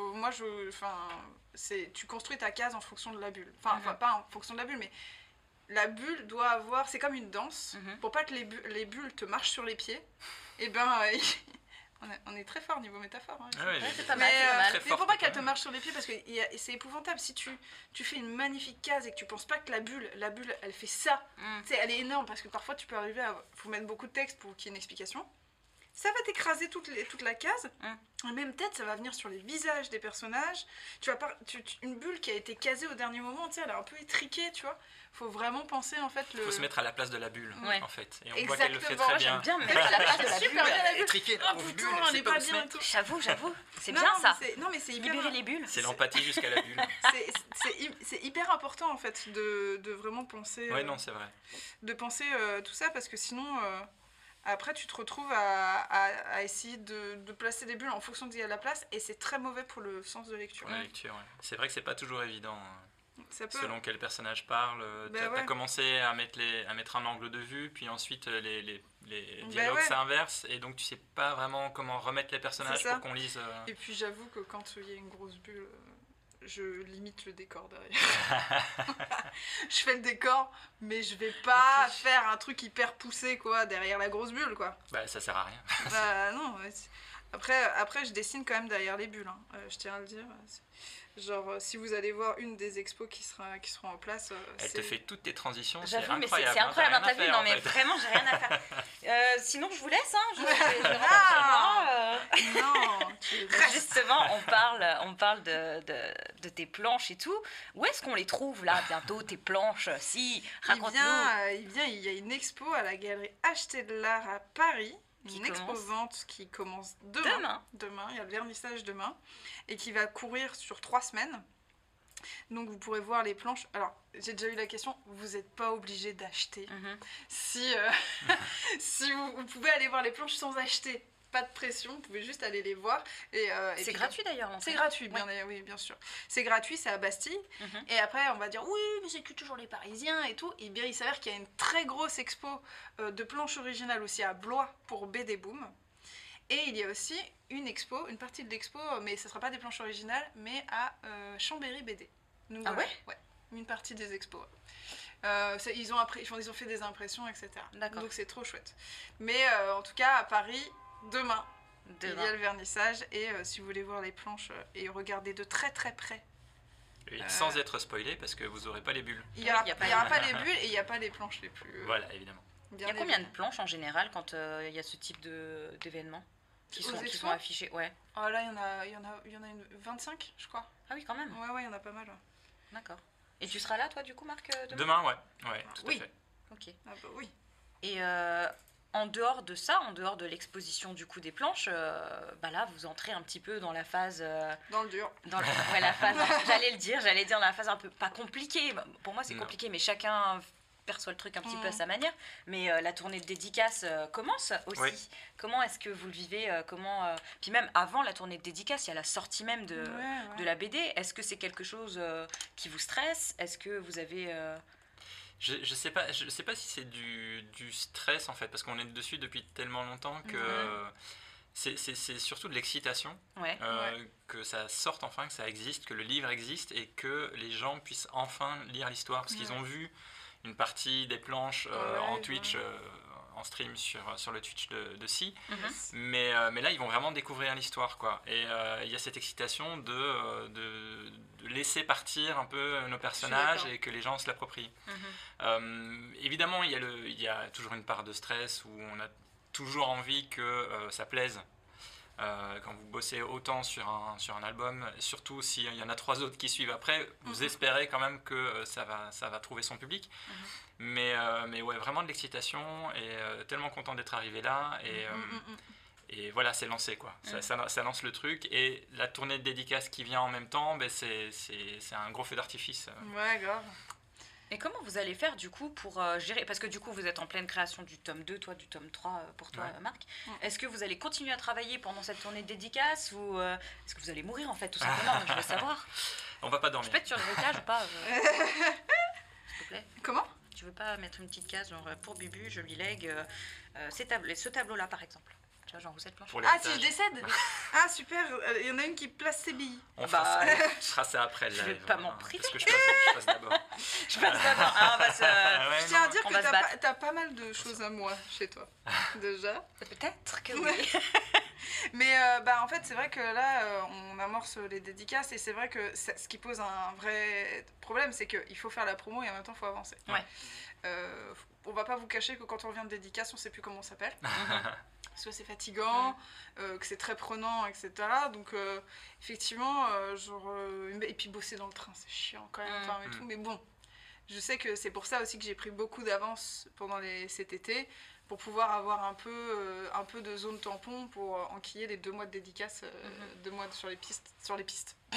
tu construis ta case en fonction de la bulle. Enfin, pas en fonction de la bulle, mais la bulle doit avoir... C'est comme une danse. Pour pas que les bulles te marchent sur les pieds, et ben... on est très fort niveau métaphore. Hein, c'est pas mal. Mais faut pas qu'elle te marche sur les pieds, parce que c'est épouvantable. Si tu fais une magnifique case et que tu penses pas que la bulle elle fait ça, elle est énorme, parce que parfois tu peux arriver à faut mettre beaucoup de texte pour qu'il y ait une explication. Ça va t'écraser toute la case. Et même peut-être ça va venir sur les visages des personnages. Une bulle qui a été casée au dernier moment, elle est un peu étriquée, tu vois. Faut vraiment penser en fait faut se mettre à la place de la bulle en fait. Et on voit qu'elle le fait très bien. J'aime bien mettre à la place de la bulle. Étriquée, putain, elle est pas bien. J'avoue, c'est bien ça. Non mais c'est hyper... Libérer les bulles. C'est l'empathie jusqu'à la bulle. C'est hyper important en fait de vraiment penser... Ouais, non, c'est vrai. De penser tout ça, parce que sinon... Après, tu te retrouves à essayer de placer des bulles en fonction d'il y a la place, et c'est très mauvais pour le sens de lecture. Pour la lecture, ouais. C'est vrai que c'est pas toujours évident. Ça peut... Selon quel personnage parle, t'as commencé à mettre un angle de vue, puis ensuite les dialogues s'inversent, et donc tu sais pas vraiment comment remettre les personnages pour qu'on lise. Et puis j'avoue que quand il y a une grosse bulle, je limite le décor derrière. Je fais le décor, mais je vais pas faire un truc hyper poussé quoi derrière la grosse bulle quoi. Bah ça sert à rien. Non. Après je dessine quand même derrière les bulles. Je tiens à le dire. Genre, si vous allez voir une des expos qui seront en place... Elle te fait toutes tes transitions, c'est incroyable. J'avoue, mais c'est incroyable dans ta vue. Non, mais vraiment, j'ai rien à faire. Sinon, je vous laisse. Non, justement, on parle de tes planches et tout. Où est-ce qu'on les trouve, là, bientôt, tes planches ? Si, raconte-nous. Il y a une expo à la galerie Acheter de l'Art à Paris. une exposante qui commence demain. Il y a le vernissage demain et qui va courir sur 3 semaines. Donc vous pourrez voir les planches. Alors j'ai déjà eu la question, vous n'êtes pas obligé d'acheter. Si vous pouvez aller voir les planches sans acheter. Pas de pression, vous pouvez juste aller les voir. C'est gratuit d'ailleurs. C'est gratuit, oui, bien sûr. C'est gratuit, c'est à Bastille. Et après, on va dire, oui, mais c'est que toujours les Parisiens et tout. Et bien, il s'avère qu'il y a une très grosse expo de planches originales aussi à Blois pour BD Boom. Et il y a aussi une partie de l'expo, mais ce ne sera pas des planches originales, mais à Chambéry BD. Donc, ah ouais, une partie des expos. Ils ont fait des impressions, etc. D'accord. Donc c'est trop chouette. Mais en tout cas, à Paris, demain. Il y a le vernissage et si vous voulez voir les planches et regarder de très très près. Et sans être spoilé parce que vous n'aurez pas les bulles. Il n'y aura pas les bulles et il n'y a pas les planches les plus... Voilà, évidemment. Il y a combien de planches en général quand il y a ce type d'événements qui sont affichés? Ouais. Oh là, il y en a une 25, je crois. Ah oui, quand même. Ouais, il y en a pas mal. Ouais. D'accord. Et tu seras là, toi, du coup, Marc, demain? Ouais, tout à fait. Ok. Ah bah oui. Et en dehors de ça, en dehors de l'exposition du coup des planches, là vous entrez un petit peu dans la phase... dans le dur. La phase, j'allais dire la phase un peu, pas compliquée, pour moi c'est compliqué, mais chacun perçoit le truc un petit peu à sa manière, mais la tournée de dédicace commence aussi. Oui. Comment est-ce que vous le vivez Puis même avant la tournée de dédicace, il y a la sortie même de la BD. Est-ce que c'est quelque chose qui vous stresse? Est-ce que vous avez... Je sais pas si c'est du stress en fait, parce qu'on est dessus depuis tellement longtemps que c'est surtout de l'excitation, que ça sorte enfin, que ça existe, que le livre existe et que les gens puissent enfin lire l'histoire, parce qu'ils ont vu une partie des planches en Twitch, en stream sur le Twitch de Si, mais là ils vont vraiment découvrir l'histoire, quoi. Et il y a cette excitation de laisser partir un peu nos personnages et que les gens se l'approprient. Évidemment il y a toujours une part de stress où on a toujours envie que ça plaise. Quand vous bossez autant sur un album, surtout s'il y en a 3 autres qui suivent après, vous espérez quand même que ça va trouver son public. Mais ouais, vraiment de l'excitation et tellement content d'être arrivé là. Et voilà, c'est lancé, quoi. Ça lance le truc. Et la tournée de dédicace qui vient en même temps, c'est un gros feu d'artifice. Ouais, grave. Et comment vous allez faire du coup pour gérer, parce que du coup vous êtes en pleine création du tome 2, toi du tome 3 pour toi Marc. Est-ce que vous allez continuer à travailler pendant cette tournée de dédicace ou est-ce que vous allez mourir en fait tout simplement? Je veux savoir. On va pas dormir. Je peux être sur le étage ou pas s'il te plaît. Comment? Tu veux pas mettre une petite case genre pour Bubu, je lui lègue ce tableau-là par exemple? Genre vous êtes planche. Si je décède. Ah super, il y en a une qui place ses billes. On fera ça après le live. Je vais pas m'en priver. Parce que je passe d'abord. Je tiens à dire que t'as pas mal de choses à moi chez toi. Déjà. Peut-être que oui. Mais en fait c'est vrai que là on amorce les dédicaces et c'est vrai que ce qui pose un vrai problème, c'est qu'il faut faire la promo et en même temps il faut avancer. On va pas vous cacher que quand on revient de dédicace on sait plus comment on s'appelle. Soit c'est fatigant, que c'est très prenant, etc. Donc effectivement, et puis bosser dans le train, c'est chiant quand même, et tout. Mais bon, je sais que c'est pour ça aussi que j'ai pris beaucoup d'avance pendant cet été, pour pouvoir avoir un peu de zone tampon pour enquiller les 2 mois de dédicace, 2 mois sur les pistes. Sur les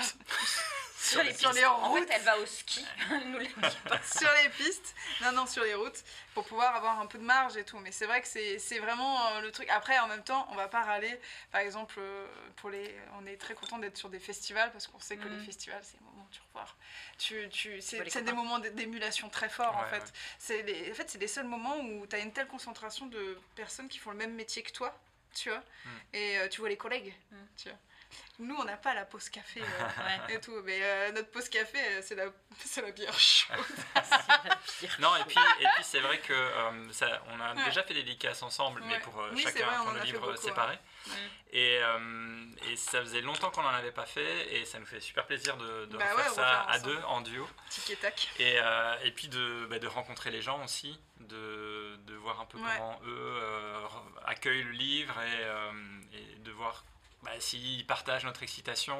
routes. En fait, elle va au ski. Nous le dit pas. Sur les pistes. Non, sur les routes. Pour pouvoir avoir un peu de marge et tout. Mais c'est vrai que c'est vraiment le truc. Après, en même temps, on va pas râler. Par exemple, on est très content d'être sur des festivals parce qu'on sait que les festivals, c'est le moment où tu revois. C'est des moments d'émulation très forts, en fait. C'est les seuls moments où tu as une telle concentration de personnes qui font le même métier que toi, tu vois. Et tu vois les collègues, tu vois. Nous, on n'a pas la pause café et tout, mais notre pause café, c'est la bière chaude. Non, et puis c'est vrai que on a déjà fait des dédicaces ensemble, mais pour chacun pour nos livres séparés. Et ça faisait longtemps qu'on n'en avait pas fait, et ça nous fait super plaisir de refaire ça à 2, en duo. Tic et tac. Et puis de rencontrer les gens aussi, de voir un peu comment eux accueillent le livre, et de voir s'ils partagent notre excitation.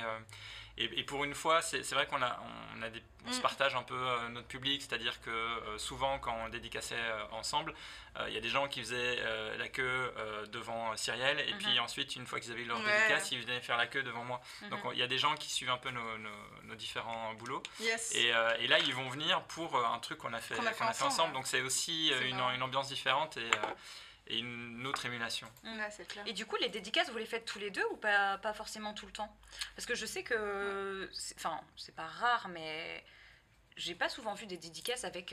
Et pour une fois, c'est vrai qu'on se partage un peu notre public, c'est-à-dire que souvent quand on dédicaçait ensemble, il y a des gens qui faisaient la queue devant Cyrielle, et puis ensuite, une fois qu'ils avaient eu leur dédicace, ils venaient faire la queue devant moi. Donc il y a des gens qui suivent un peu nos différents boulots. Yes. Et là, ils vont venir pour un truc qu'on a fait ensemble. Donc c'est aussi une ambiance différente et une autre émulation. Ouais, c'est clair. Et du coup, les dédicaces, vous les faites tous les deux ou pas forcément tout le temps? Parce que je sais que, c'est pas rare, mais j'ai pas souvent vu des dédicaces avec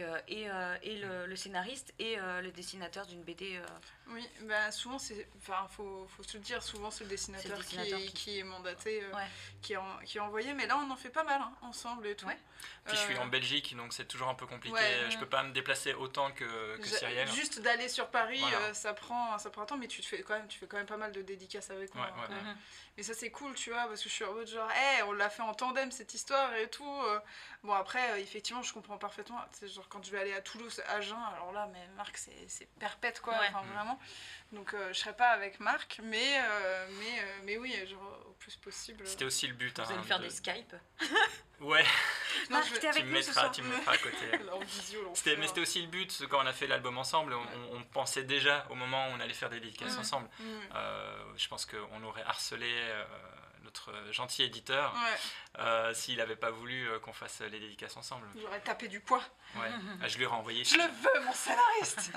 le scénariste et le dessinateur d'une BD. Oui, souvent faut se le dire, souvent c'est le dessinateur, qui est mandaté, qui est envoyé, mais là on en fait pas mal ensemble et tout. Ouais. Puis je suis en Belgique, donc c'est toujours un peu compliqué. Je peux pas me déplacer autant que Cyrielle. Juste d'aller sur Paris, ça prend un temps, mais tu fais quand même pas mal de dédicaces avec moi. Mais ça c'est cool, tu vois, parce que je suis en mode genre, on l'a fait en tandem cette histoire et tout. Bon après, effectivement, je comprends parfaitement. C'est genre quand je vais aller à Toulouse, Agen, alors là, mais Marc, c'est perpète quoi, vraiment. Donc je serais pas avec Marc, mais oui, genre au plus possible. C'était aussi le but. Vous allez faire des Skype. Ouais. Marc, t'es avec nous ce soir. Tu me mettras à côté. En visio, mais c'était aussi le but, quand on a fait l'album ensemble, on pensait déjà au moment où on allait faire des dédicaces ensemble. Je pense qu'on aurait harcelé notre gentil éditeur s'il n'avait pas voulu qu'on fasse les dédicaces ensemble. J'aurais tapé du poids. Ouais. Je lui ai renvoyé. Je le veux, mon scénariste.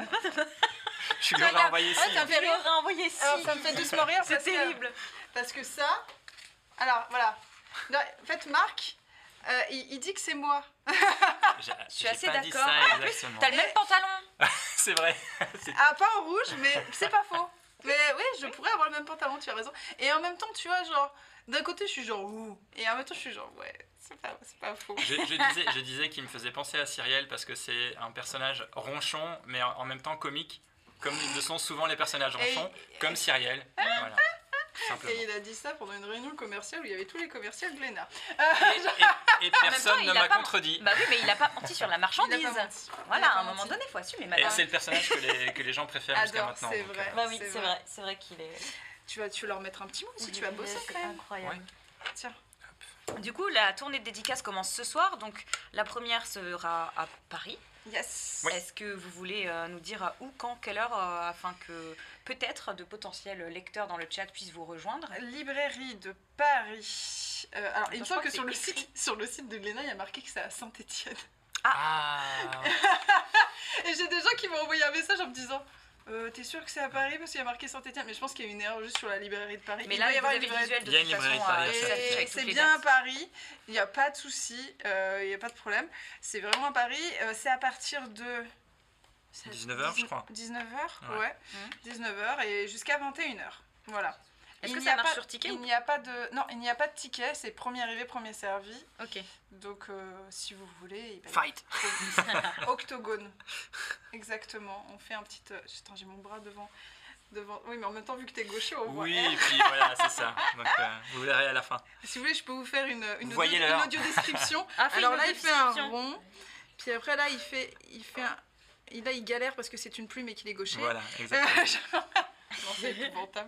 Je lui ai renvoyé ça me fait rire. Alors, ça me fait doucement rire. C'est terrible. Parce que ça... Alors, voilà. En fait, Marc, il dit que c'est moi. Je suis assez pas d'accord. Dit ça exactement. T'as le même pantalon. C'est vrai. Ah, pas en rouge, mais c'est pas faux. Mais oui, je pourrais avoir le même pantalon, tu as raison. Et en même temps, tu vois, genre... D'un côté, je suis genre ouh, et en même temps, je suis genre ouais, c'est pas faux. Je disais qu'il me faisait penser à Cyrielle parce que c'est un personnage ronchon, mais en même temps comique, comme le sont souvent les personnages ronchons, comme Cyrielle. Voilà. Simplement. Et il a dit ça pendant une réunion commerciale où il y avait tous les commerciaux Glénat. Et personne ne m'a contredit. Bah oui, mais il n'a pas menti sur la marchandise. Voilà, à un moment donné, il faut assumer. Et c'est le personnage que les gens préfèrent jusqu'à maintenant. C'est vrai. Bah oui, c'est vrai qu'il est... Tu vas leur mettre un petit mot si tu vas bosser quand même. Incroyable. Ouais. Tiens. Du coup, la tournée de dédicaces commence ce soir. Donc, la première sera à Paris. Yes. Oui. Est-ce que vous voulez nous dire où, quand, quelle heure, afin que peut-être de potentiels lecteurs dans le chat puissent vous rejoindre? Librairie de Paris. Alors, il me semble que sur le site de Glénat, il y a marqué que c'est à Saint-Étienne. Et j'ai des gens qui m'ont envoyé un message en me disant... t'es sûr que c'est à Paris parce qu'il y a marqué Saint-Étienne? Mais je pense qu'il y a une erreur juste sur la librairie de Paris. Mais là, il y a une visuel de toute façon. C'est bien à Paris, il n'y a pas de souci, il n'y a pas de problème. C'est vraiment à Paris, c'est à partir de... 19h, je crois. 19h, ouais. 19h et jusqu'à 21h. Voilà. Est-ce que ça marche sur ticket? Non, il n'y a pas de ticket, c'est premier arrivé, premier servi. Ok. Donc, si vous voulez... Fight. Octogone. Exactement. On fait un petit... Putain, j'ai mon bras devant... Oui, mais en même temps, vu que t'es gaucher, on voit... Oui, et puis voilà, c'est ça. Donc, vous verrez à la fin. Si vous voulez, je peux vous faire une audio description. Alors là, il fait un rond. Puis après, là, il fait un... Là, il galère parce que c'est une plume et qu'il est gaucher. Voilà, exactement. Non, c'est épouvantable.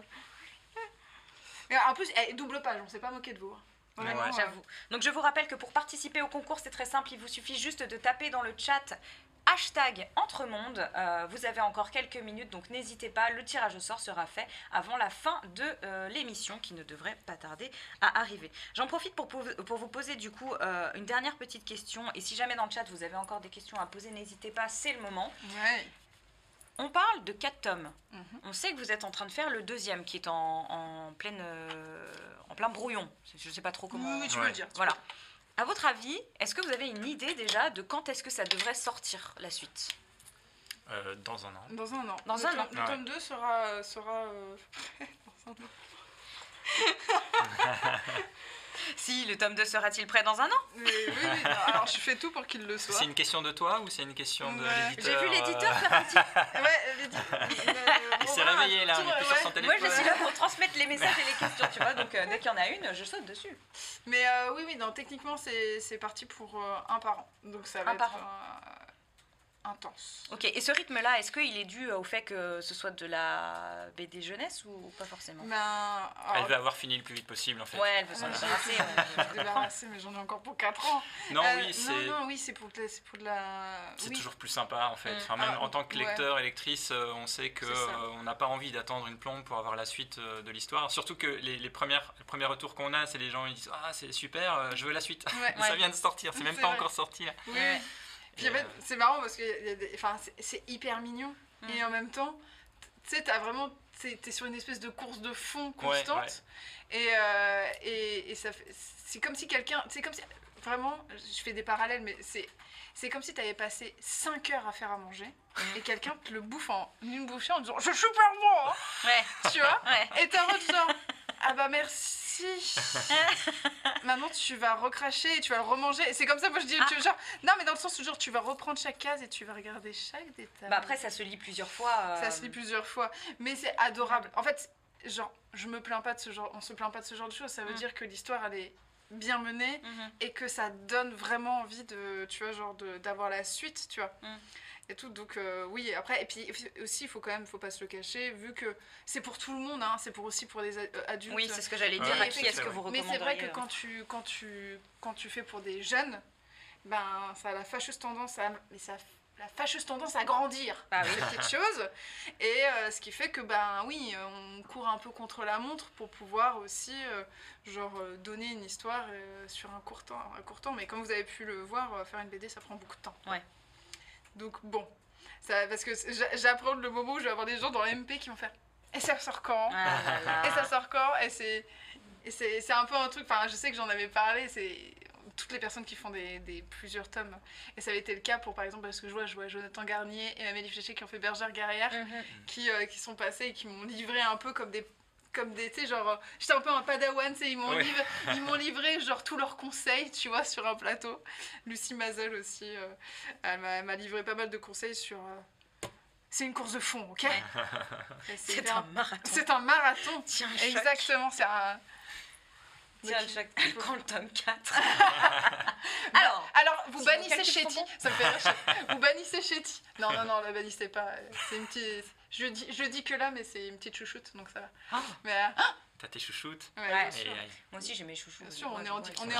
En plus, double page, on s'est pas moqué de vous. Ouais, j'avoue. Donc je vous rappelle que pour participer au concours, c'est très simple, il vous suffit juste de taper dans le chat #Entremonde. Vous avez encore quelques minutes, donc n'hésitez pas, le tirage au sort sera fait avant la fin de l'émission qui ne devrait pas tarder à arriver. J'en profite pour vous poser du coup une dernière petite question, et si jamais dans le chat vous avez encore des questions à poser, n'hésitez pas, c'est le moment. Ouais. On parle de 4 tomes. On sait que vous êtes en train de faire le deuxième qui est en plein brouillon. Je ne sais pas trop comment... Oui, tu peux le dire. Voilà. À votre avis, est-ce que vous avez une idée déjà de quand est-ce que ça devrait sortir, la suite? Dans un an. Dans un an. Dans un an. Le tome 2 sera dans un an. Si, le tome 2 sera-t-il prêt dans un an? Oui, alors je fais tout pour qu'il le soit. C'est une question de toi ou c'est une question de l'éditeur? J'ai vu l'éditeur faire un petit... Ouais, l'éditeur. Il s'est réveillé là, on est plus sur son téléphone. Moi je suis là pour transmettre les messages et les questions, tu vois, donc dès qu'il y en a une, je saute dessus. Mais oui, non, techniquement c'est parti pour un par an. Donc ça va être... intense. Ok, et ce rythme-là, est-ce qu'il est dû au fait que ce soit de la BD jeunesse ou pas forcément? Elle veut avoir fini le plus vite possible en fait. Ouais, elle veut s'en débarrasser. Je me débarrasser, mais j'en ai encore pour 4 ans. Non, oui, c'est pour de la... C'est toujours plus sympa en fait. Enfin, même en tant que lecteur et lectrice, on sait qu'on n'a pas envie d'attendre une plombe pour avoir la suite de l'histoire. Surtout que les premiers retours qu'on a, c'est les gens qui disent « Ah, c'est super, je veux la suite. Ouais. » Ça vient de sortir, c'est même pas encore sorti. Là. Oui. Puis en fait, c'est marrant parce que c'est hyper mignon. Et en même temps, tu sais, t'es sur une espèce de course de fond constante. Et ça fait, c'est comme si quelqu'un... C'est comme si... Vraiment, je fais des parallèles, mais c'est comme si t'avais passé 5 heures à faire à manger et quelqu'un te le bouffe en une bouchée en disant « Je suis super bon hein !» Ouais. Tu vois? Et t'es en mode genre « Ah bah merci !» Maintenant tu vas recracher et tu vas le remanger. Et c'est comme ça, moi je dis, genre, non mais dans le sens où genre tu vas reprendre chaque case et tu vas regarder chaque détail. Bah après ça se lit plusieurs fois. Ça se lit plusieurs fois, mais c'est adorable. En fait, genre, je me plains pas de ce genre, on se plaint pas de ce genre de choses. Ça veut dire que l'histoire elle est bien menée et que ça donne vraiment envie de, tu vois, genre d'avoir la suite, tu vois. Et tout, donc oui, après, et puis aussi, faut pas se le cacher, vu que c'est pour tout le monde, hein, c'est aussi pour les adultes. Oui, c'est ce que j'allais dire, à qui est-ce que vous recommanderiez? Mais c'est vrai que quand tu fais pour des jeunes, ben, ça a la fâcheuse tendance à grandir, ces petites choses, et ce qui fait que, ben oui, on court un peu contre la montre pour pouvoir aussi, donner une histoire sur un court temps, mais comme vous avez pu le voir, faire une BD, ça prend beaucoup de temps. Ouais. Donc bon, parce que j'apprends le moment où je vais avoir des gens dans MP qui vont faire « Et ça sort quand ?» Et ça sort quand ? Et c'est un peu un truc, enfin je sais que j'en avais parlé, c'est toutes les personnes qui font des plusieurs tomes. Et ça avait été le cas pour, par exemple, parce que je vois Jonathan Garnier et Amélie Fléché qui ont fait Bergère Guerrière, qui sont passés et qui m'ont livré un peu comme des tu sais, genre, j'étais un peu un padawan, tu sais, ils m'ont livré, genre, tous leurs conseils, tu vois, sur un plateau. Lucie Mazel aussi, elle m'a livré pas mal de conseils sur... c'est une course de fond, ok? C'est un marathon. C'est un marathon. Tiens, exactement, c'est un... Tiens, prends le tome 4. Alors, vous bannissez Chetty. Ça me fait rire. Vous bannissez Chetty. Non, la bannissez pas. C'est une petite... Je dis que là, mais c'est une petite chouchoute, donc ça va. Mais... T'as tes chouchoutes? Ouais. Moi aussi, j'ai mes chouchous. Bien sûr, on est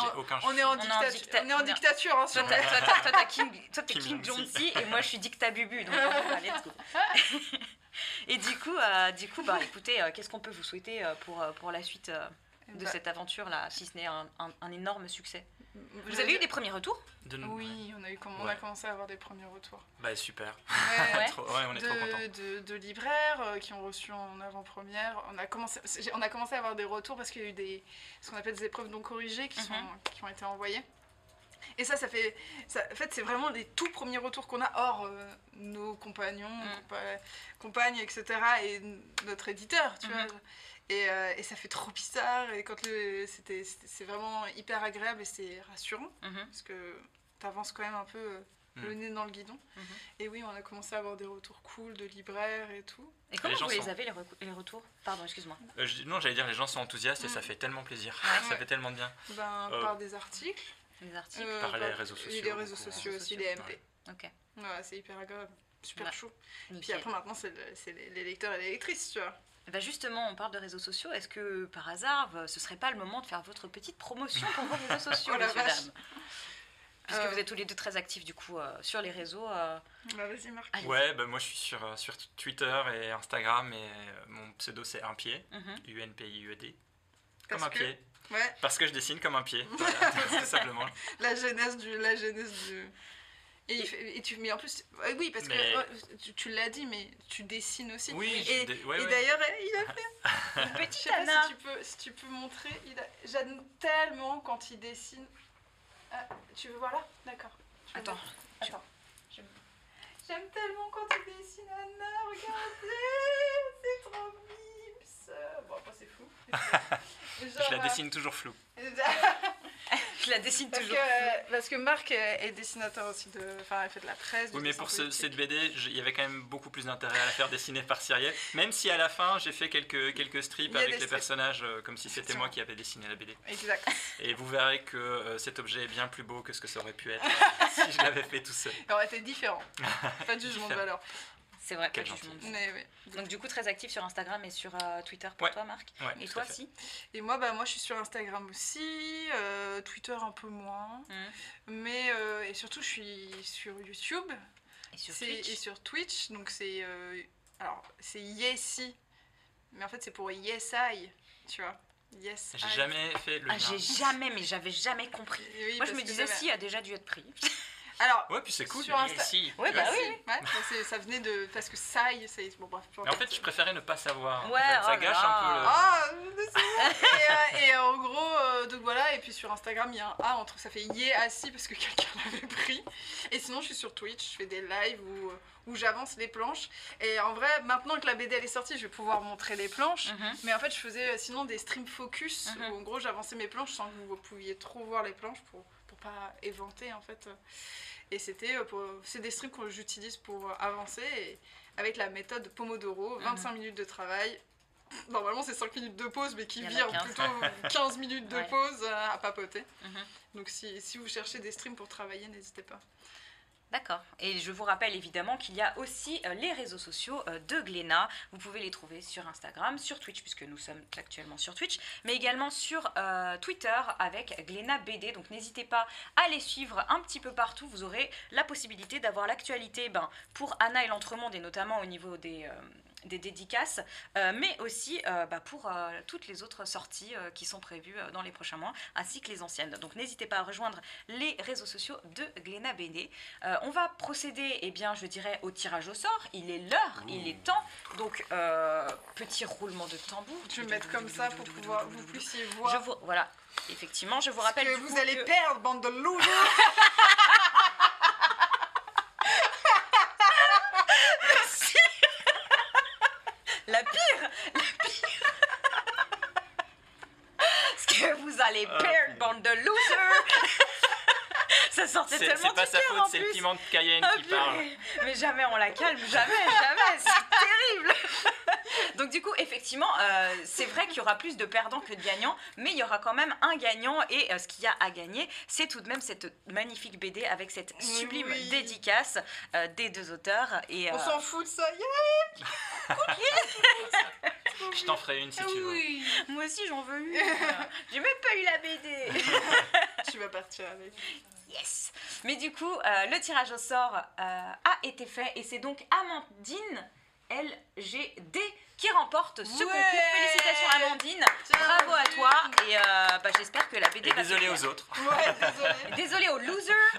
en dictature. Hein, toi, t'es King Jonsi et moi, je suis Dicta Bubu. Donc, let's go. Et du coup, bah, écoutez, qu'est-ce qu'on peut vous souhaiter pour la suite de cette aventure-là, si ce n'est un énorme succès? Vous avez eu des premiers retours? Oui, on a commencé à avoir des premiers retours. Bah super. On est trop contents. De libraires qui ont reçu en avant-première. On a commencé à avoir des retours parce qu'il y a eu ce qu'on appelle des épreuves non corrigées qui ont été envoyées. Et en fait, c'est vraiment les tout premiers retours qu'on a, hors nos compagnons, compagnes, etc. et notre éditeur, tu vois. Et ça fait trop bizarre, et quand c'est vraiment hyper agréable et c'est rassurant, parce que t'avances quand même un peu le nez dans le guidon. Et oui, on a commencé à avoir des retours cool de libraires et tout. Et comment vous les avez, les retours? Pardon, excuse-moi. Non, j'allais dire, les gens sont enthousiastes et ça fait tellement plaisir, ça fait tellement de bien. Par des articles. Par les réseaux sociaux. Les réseaux sociaux aussi, les MP. Ok. Ouais, c'est hyper agréable, super chaud. Puis après, maintenant, c'est les lecteurs et les lectrices, tu vois. Bah justement, on parle de réseaux sociaux. Est-ce que, par hasard, ce serait pas le moment de faire votre petite promotion pour vos réseaux sociaux, messieurs, dames? Puisque vous êtes tous les deux très actifs, du coup, sur les réseaux. Bah vas-y, Marc. Ouais, bah moi je suis sur Twitter et Instagram, et mon pseudo c'est un pied, UNPIED. Comme un pied. Ouais. Parce que je dessine comme un pied, voilà, tout simplement. La genèse du... mais en plus, oui, parce que tu l'as dit, mais tu dessines aussi. Oui, et d'ailleurs, il a fait une petite Anna. Si tu peux montrer, j'aime tellement quand il dessine. Tu veux voir là? D'accord. Attends. J'aime tellement quand il dessine Anna, regardez, c'est trop mips. Bon, après c'est fou. Je la dessine toujours floue. Je la dessine toujours. Parce que Marc est dessinateur aussi, elle fait de la presse. Oui, mais pour cette BD, il y avait quand même beaucoup plus d'intérêt à la faire dessiner par Cyrielle, même si à la fin, j'ai fait quelques strips avec les personnages, comme si c'était moi qui avais dessiné la BD. Exact. Et vous verrez que cet objet est bien plus beau que ce que ça aurait pu être si je l'avais fait tout seul. Ça aurait été différent. Pas de jugement de valeur. C'est vrai, quel gentil. Donc du coup, très actif sur Instagram et sur Twitter pour toi, Marc. Ouais, et toi, si? Et moi, je suis sur Instagram aussi, Twitter un peu moins, mais et surtout, je suis sur YouTube et sur Twitch. Donc c'est c'est Yesy, mais en fait c'est pour Yes I, tu vois. Yes. J'ai jamais fait le lien. Mais j'avais jamais compris. Oui, moi, je me disais si, a déjà dû être pris. Alors, ouais, puis c'est cool. Sur Insta... si. Ouais, bah oui. Ouais, ça venait de... Parce que ça, bon, bref. Mais en fait, je préférais ne pas savoir. Ouais, en fait, ça gâche un peu le... et en gros, donc voilà, et puis sur Instagram, il y a un A entre... Ça fait Yé-Assis parce que quelqu'un l'avait pris. Et sinon, je suis sur Twitch, je fais des lives où j'avance les planches. Et en vrai, maintenant que la BD elle est sortie, je vais pouvoir montrer les planches. Mais en fait, je faisais sinon des stream focus où en gros, j'avançais mes planches sans que vous pouviez trop voir les planches pour pas éventer en fait. Et c'est des streams que j'utilise pour avancer et avec la méthode Pomodoro, 25 minutes de travail. Normalement c'est 5 minutes de pause mais qui vire plutôt 15 minutes de pause à papoter. Donc si vous cherchez des streams pour travailler, n'hésitez pas. D'accord. Et je vous rappelle évidemment qu'il y a aussi les réseaux sociaux de Glénat. Vous pouvez les trouver sur Instagram, sur Twitch, puisque nous sommes actuellement sur Twitch, mais également sur Twitter avec Glénat BD. Donc n'hésitez pas à les suivre un petit peu partout. Vous aurez la possibilité d'avoir l'actualité pour Anna et l'Entremonde, et notamment au niveau des dédicaces, mais aussi pour toutes les autres sorties qui sont prévues dans les prochains mois, ainsi que les anciennes. Donc n'hésitez pas à rejoindre les réseaux sociaux de Glénat BD. On va procéder, je dirais, au tirage au sort. Il est l'heure, il est temps. Donc, petit roulement de tambour. Je vais mettre comme ça pour pouvoir vous puissiez voir. Voilà, effectivement, je vous rappelle que vous allez perdre, bande de losers. La pire. Ce que vous allez perdre, bande de losers. Ça sortait tellement du cœur. C'est pas sa faute, c'est le piment de Cayenne qui parle. Mais jamais on la calme, jamais, c'est terrible. Donc du coup, effectivement, c'est vrai qu'il y aura plus de perdants que de gagnants, mais il y aura quand même un gagnant, et ce qu'il y a à gagner, c'est tout de même cette magnifique BD avec cette sublime dédicace des deux auteurs. Et, on s'en fout de ça, Je t'en ferai une si tu veux. Moi aussi j'en veux une. J'ai même pas eu la BD. Tu vas partir avec. Yes. Mais du coup, le tirage au sort a été fait, et c'est donc Amandine LGD qui remporte ce concours. Félicitations Amandine, bravo à toi, et j'espère que la BD va désolé aux autres. Ouais, désolé. Désolé aux losers.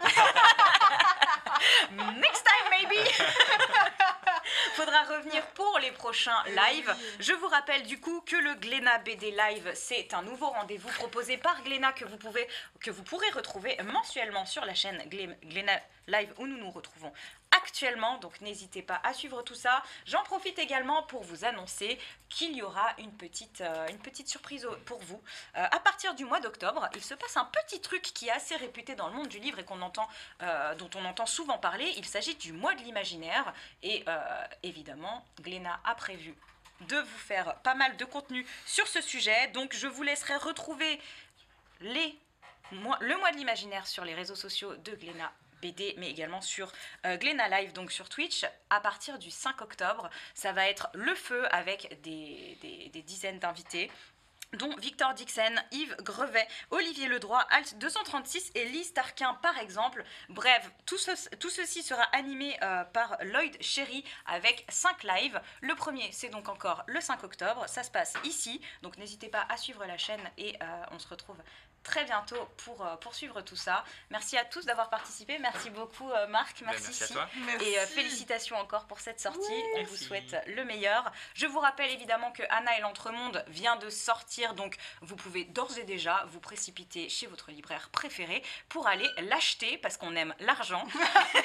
Next time maybe. Faudra revenir pour les prochains lives. Je vous rappelle du coup que le Glénat BD Live, c'est un nouveau rendez-vous proposé par Glénat que vous pourrez retrouver mensuellement sur la chaîne Glénat Live où nous nous retrouvons actuellement. Donc n'hésitez pas à suivre tout ça. J'en profite également pour vous annoncer qu'il y aura une petite surprise pour vous. À partir du mois d'octobre, il se passe un petit truc qui est assez réputé dans le monde du livre et dont on entend souvent parler. Il s'agit du mois de l'imaginaire, et évidemment, Glénat a prévu de vous faire pas mal de contenu sur ce sujet. Donc je vous laisserai retrouver le mois de l'imaginaire sur les réseaux sociaux de Glénat BD, mais également sur Glénat Live, donc sur Twitch, à partir du 5 octobre. Ça va être le feu avec des dizaines d'invités, dont Victor Dixon, Yves Grevet, Olivier Ledroit, Alt 236 et Lise Tarquin par exemple. Bref, tout ceci sera animé par Lloyd Cherry avec 5 lives. Le premier, c'est donc encore le 5 octobre, ça se passe ici, donc n'hésitez pas à suivre la chaîne, et on se retrouve très bientôt pour poursuivre tout ça. Merci à tous d'avoir participé. Merci beaucoup Marc, merci à toi. Et félicitations encore pour cette sortie. On vous souhaite le meilleur. Je vous rappelle évidemment que Anna et l'Entremonde vient de sortir, donc vous pouvez d'ores et déjà vous précipiter chez votre libraire préféré pour aller l'acheter parce qu'on aime l'argent.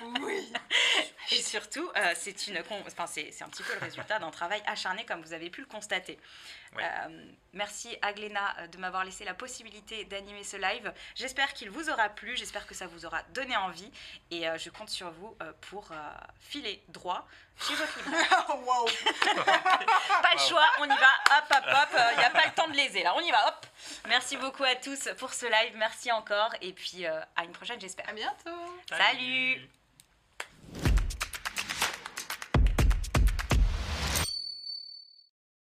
Oui. Et surtout, c'est un petit peu le résultat d'un travail acharné, comme vous avez pu le constater. Oui. Merci à Gléna de m'avoir laissé la possibilité d'animer ce live. J'espère qu'il vous aura plu, j'espère que ça vous aura donné envie. Et je compte sur vous pour filer droit chez votre libraire. Waouh. Pas le choix, on y va, hop, hop, hop. Il n'y a pas le temps de léser, là, on y va, hop. Merci beaucoup à tous pour ce live, merci encore. Et puis à une prochaine, j'espère. À bientôt. Salut.